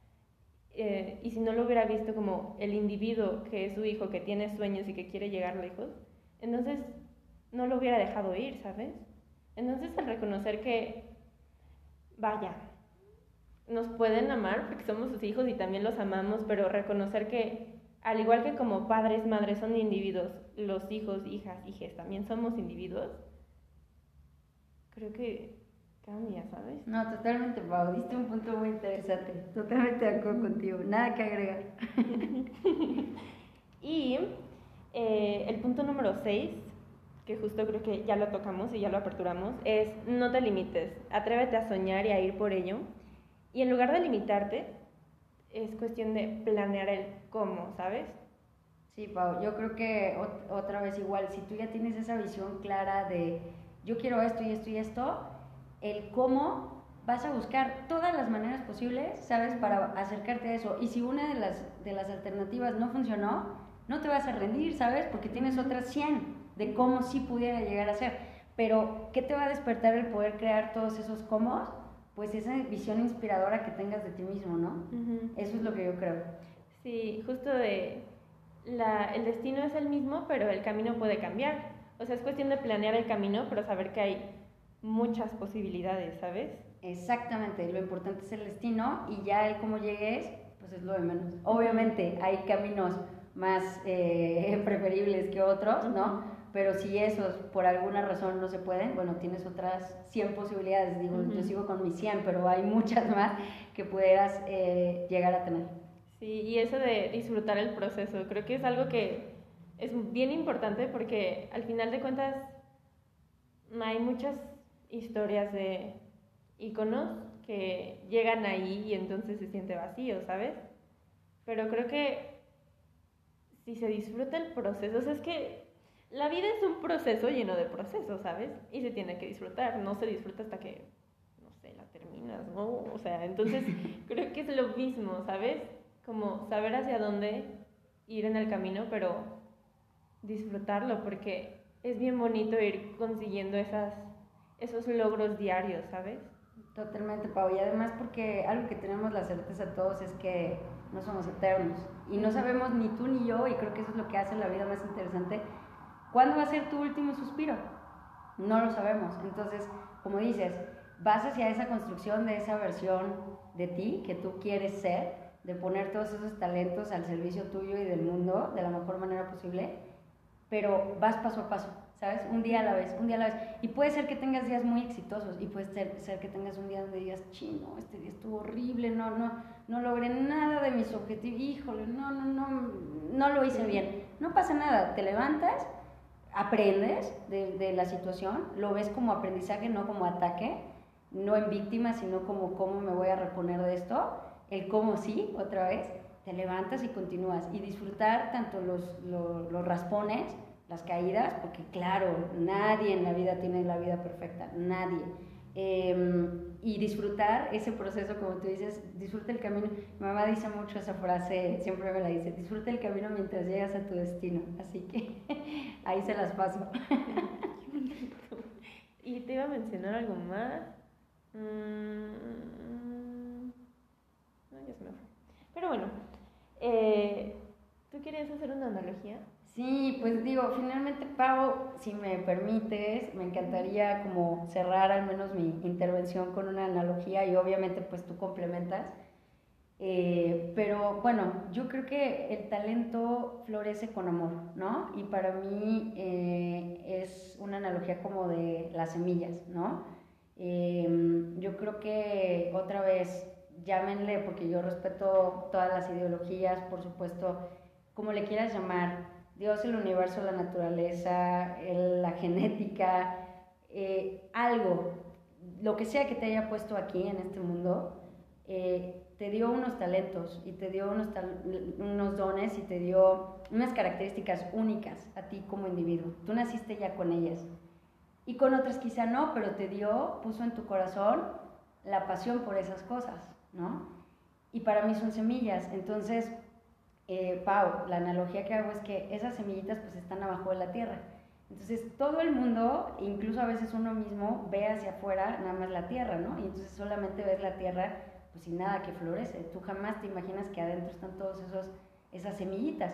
y si no lo hubiera visto como el individuo que es su hijo, que tiene sueños y que quiere llegar lejos, entonces no lo hubiera dejado ir, ¿sabes? Entonces al reconocer que, vaya, nos pueden amar porque somos sus hijos y también los amamos, pero reconocer que al igual que como padres, madres son individuos, los hijos, hijas, hijes también somos individuos, creo que cambia, ¿sabes? No, totalmente, Pau, diste un punto muy interesante, totalmente de acuerdo contigo, nada que agregar. Y el punto número 6, que justo creo que ya lo tocamos y ya lo aperturamos, es no te limites, atrévete a soñar y a ir por ello, y en lugar de limitarte, es cuestión de planear el cómo, ¿sabes? Sí, Pau, yo creo que otra vez igual, si tú ya tienes esa visión clara de yo quiero esto y esto y esto, el cómo vas a buscar todas las maneras posibles, ¿sabes? Para acercarte a eso. Y si una de las alternativas no funcionó, no te vas a rendir, ¿sabes? Porque tienes otras 100 de cómo sí pudiera llegar a ser. Pero, ¿qué te va a despertar el poder crear todos esos cómo? Pues esa visión inspiradora que tengas de ti mismo, ¿no? Eso es lo que yo creo. Sí, justo el destino es el mismo, pero el camino puede cambiar. O sea, es cuestión de planear el camino, pero saber que hay muchas posibilidades, ¿sabes? Exactamente, lo importante es el destino y ya el cómo llegues, pues es lo de menos. Obviamente hay caminos más preferibles que otros, ¿no? Pero si esos por alguna razón no se pueden, bueno, tienes otras 100 posibilidades, digo, yo sigo con mis 100, pero hay muchas más que pudieras llegar a tener. Sí, y eso de disfrutar el proceso, creo que es algo que es bien importante porque al final de cuentas hay muchas historias de íconos que llegan ahí y entonces se siente vacío, ¿sabes? Pero creo que si se disfruta el proceso, o sea, es que la vida es un proceso lleno de procesos, ¿sabes? Y se tiene que disfrutar, no se disfruta hasta que, no sé, la terminas, ¿no? O sea, entonces creo que es lo mismo, ¿sabes? Como saber hacia dónde ir en el camino, pero disfrutarlo, porque es bien bonito ir consiguiendo esos logros diarios, ¿sabes? Totalmente, Pau, y además porque algo que tenemos la certeza todos es que no somos eternos y no sabemos ni tú ni yo, y creo que eso es lo que hace la vida más interesante. ¿Cuándo va a ser tu último suspiro? No lo sabemos. Entonces, como dices, vas hacia esa construcción de esa versión de ti que tú quieres ser, de poner todos esos talentos al servicio tuyo y del mundo de la mejor manera posible, pero vas paso a paso, ¿sabes? Un día a la vez, un día a la vez. Y puede ser que tengas días muy exitosos y puede ser que tengas un día donde digas, chino, este día estuvo horrible, no logré nada de mis objetivos, híjole, no lo hice bien. No pasa nada, te levantas, aprendes de la situación, lo ves como aprendizaje, no como ataque, no en víctima, sino como cómo me voy a reponer de esto, el cómo sí, otra vez, te levantas y continúas, y disfrutar tanto los raspones las caídas, porque claro, nadie en la vida tiene la vida perfecta, nadie. Y disfrutar ese proceso, como tú dices, disfruta el camino. Mi mamá dice mucho esa frase, siempre me la dice, disfruta el camino mientras llegas a tu destino, así que ahí se las paso. Y te iba a mencionar algo más. No, ya se me fue. Pero bueno, ¿tú querías hacer una analogía? Sí, pues digo, finalmente, Pau, si me permites, me encantaría como cerrar al menos mi intervención con una analogía y obviamente pues tú complementas. Pero bueno, yo creo que el talento florece con amor, ¿no? Y para mí es una analogía como de las semillas, ¿no? Yo creo que otra vez, llámenle, porque yo respeto todas las ideologías, por supuesto, como le quieras llamar, Dios, el universo, la naturaleza, la genética, algo, lo que sea que te haya puesto aquí en este mundo, te dio unos talentos y te dio unos dones y te dio unas características únicas a ti como individuo. Tú naciste ya con ellas y con otras quizá no, pero te dio, puso en tu corazón la pasión por esas cosas, ¿no? Y para mí son semillas. Entonces, Pau, la analogía que hago es que esas semillitas pues están abajo de la tierra. Entonces todo el mundo, incluso a veces uno mismo, ve hacia afuera nada más la tierra, ¿no? Y entonces solamente ves la tierra pues sin nada que florece. Tú jamás te imaginas que adentro están todas esas semillitas.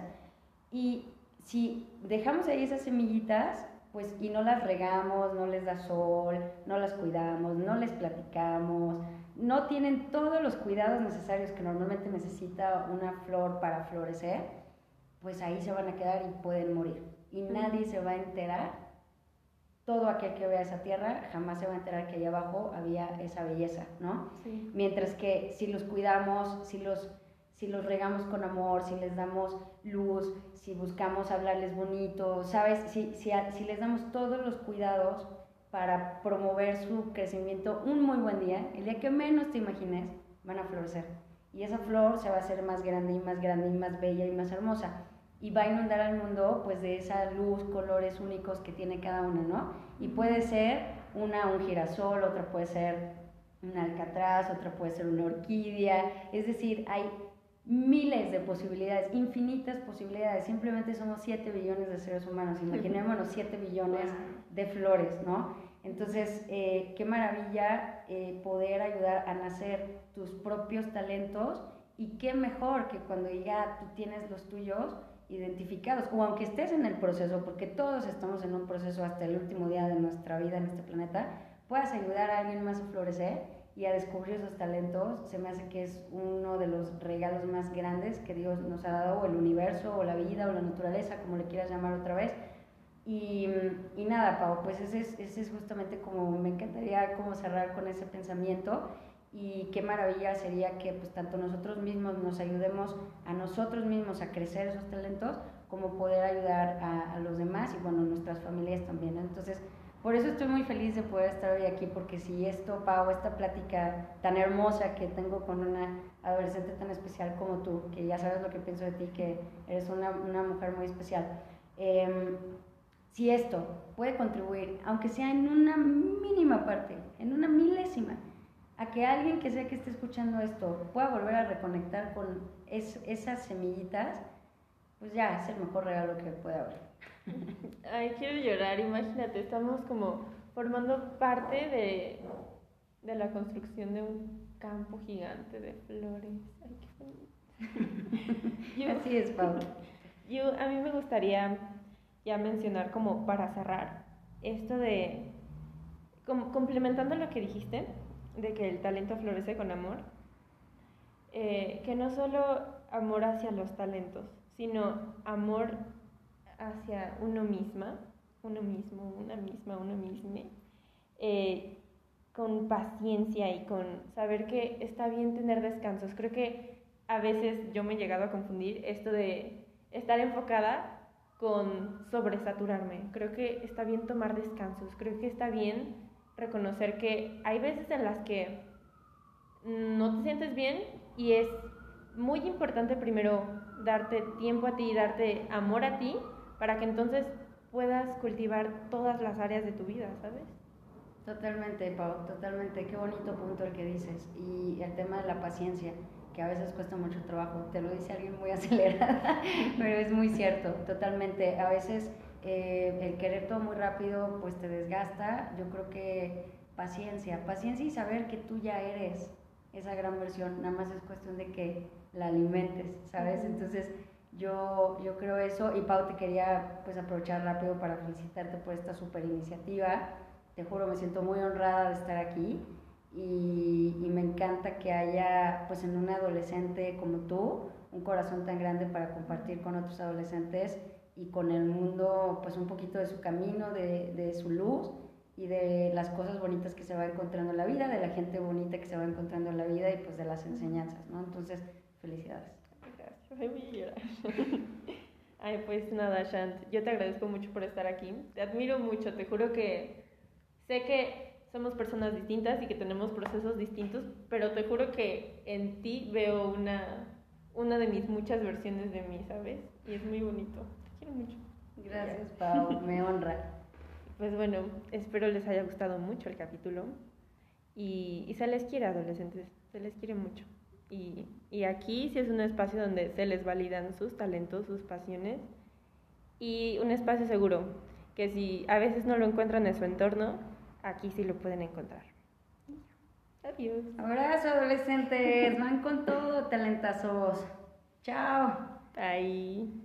Y si dejamos ahí esas semillitas, pues y no las regamos, no les da sol, no las cuidamos, no les platicamos, no tienen todos los cuidados necesarios que normalmente necesita una flor para florecer, pues ahí se van a quedar y pueden morir. Y nadie se va a enterar, todo aquel que vea esa tierra jamás se va a enterar que allá abajo había esa belleza, ¿no? Sí. Mientras que si los cuidamos, si los regamos con amor, si les damos luz, si buscamos hablarles bonito, ¿sabes? Si les damos todos los cuidados para promover su crecimiento, un muy buen día, el día que menos te imagines, van a florecer. Y esa flor se va a hacer más grande y más grande y más bella y más hermosa. Y va a inundar al mundo pues de esa luz, colores únicos que tiene cada una, ¿no? Y puede ser un girasol, otra puede ser un alcatraz, otra puede ser una orquídea. Es decir, hay miles de posibilidades, infinitas posibilidades. Simplemente somos 7 billones de seres humanos. Imaginémonos 7 billones de flores, ¿no? Entonces, qué maravilla poder ayudar a nacer tus propios talentos, y qué mejor que cuando ya tú tienes los tuyos identificados, o aunque estés en el proceso, porque todos estamos en un proceso hasta el último día de nuestra vida en este planeta, puedas ayudar a alguien más a florecer y a descubrir esos talentos. Se me hace que es uno de los regalos más grandes que Dios nos ha dado, o el universo, o la vida, o la naturaleza, como le quieras llamar otra vez. Y nada, Pau, pues ese es justamente como me encantaría como cerrar con ese pensamiento. Y qué maravilla sería que pues tanto nosotros mismos nos ayudemos a nosotros mismos a crecer esos talentos, como poder ayudar a los demás y bueno, nuestras familias también, ¿no? Entonces, por eso estoy muy feliz de poder estar hoy aquí, porque si esto, Pau, esta plática tan hermosa que tengo con una adolescente tan especial como tú, que ya sabes lo que pienso de ti, que eres una mujer muy especial, si esto puede contribuir, aunque sea en una mínima parte, en una milésima, a que alguien que sea que esté escuchando esto pueda volver a reconectar con esas semillitas, pues ya es el mejor regalo que puede haber. Ay, quiero llorar, imagínate, estamos como formando parte de la construcción de un campo gigante de flores. Ay, qué bonito. Así es, Pau. A mí me gustaría ya mencionar como para cerrar esto de, complementando lo que dijiste, de que el talento florece con amor, que no solo amor hacia los talentos, sino amor hacia uno mismo, uno mismo, con paciencia y con saber que está bien tener descansos. Creo que a veces yo me he llegado a confundir esto de estar enfocada con sobresaturarme. Creo que está bien tomar descansos, creo que está bien reconocer que hay veces en las que no te sientes bien y es muy importante primero darte tiempo a ti, darte amor a ti, para que entonces puedas cultivar todas las áreas de tu vida, ¿sabes? Totalmente, Pau, totalmente. Qué bonito punto el que dices. Y el tema de la paciencia, que a veces cuesta mucho trabajo. Te lo dice alguien muy acelerada, pero es muy cierto, totalmente. A veces el querer todo muy rápido, pues te desgasta. Yo creo que paciencia y saber que tú ya eres esa gran versión. Nada más es cuestión de que la alimentes, ¿sabes? Entonces yo creo eso. Y Pau, te quería pues aprovechar rápido para felicitarte por esta super iniciativa. Te juro, me siento muy honrada de estar aquí y me encanta que haya, pues en una adolescente como tú, un corazón tan grande para compartir con otros adolescentes y con el mundo, pues un poquito de su camino, de su luz y de las cosas bonitas que se va encontrando en la vida, de la gente bonita que se va encontrando en la vida y pues de las enseñanzas, ¿no? Entonces, felicidades. Gracias, ay, voy a llorar. Ay, pues nada, Shant, yo te agradezco mucho por estar aquí. Te admiro mucho, te juro que sé que somos personas distintas y que tenemos procesos distintos, pero te juro que en ti veo una de mis muchas versiones de mí, ¿sabes? Y es muy bonito. Te quiero mucho. Gracias, Pau, me honra. Pues bueno, espero les haya gustado mucho el capítulo y se les quiere, adolescentes, se les quiere mucho. Y aquí sí es un espacio donde se les validan sus talentos, sus pasiones y un espacio seguro, que si a veces no lo encuentran en su entorno, aquí sí lo pueden encontrar. Adiós. Abrazo, adolescentes, van con todo, talentazos. Chao. Bye.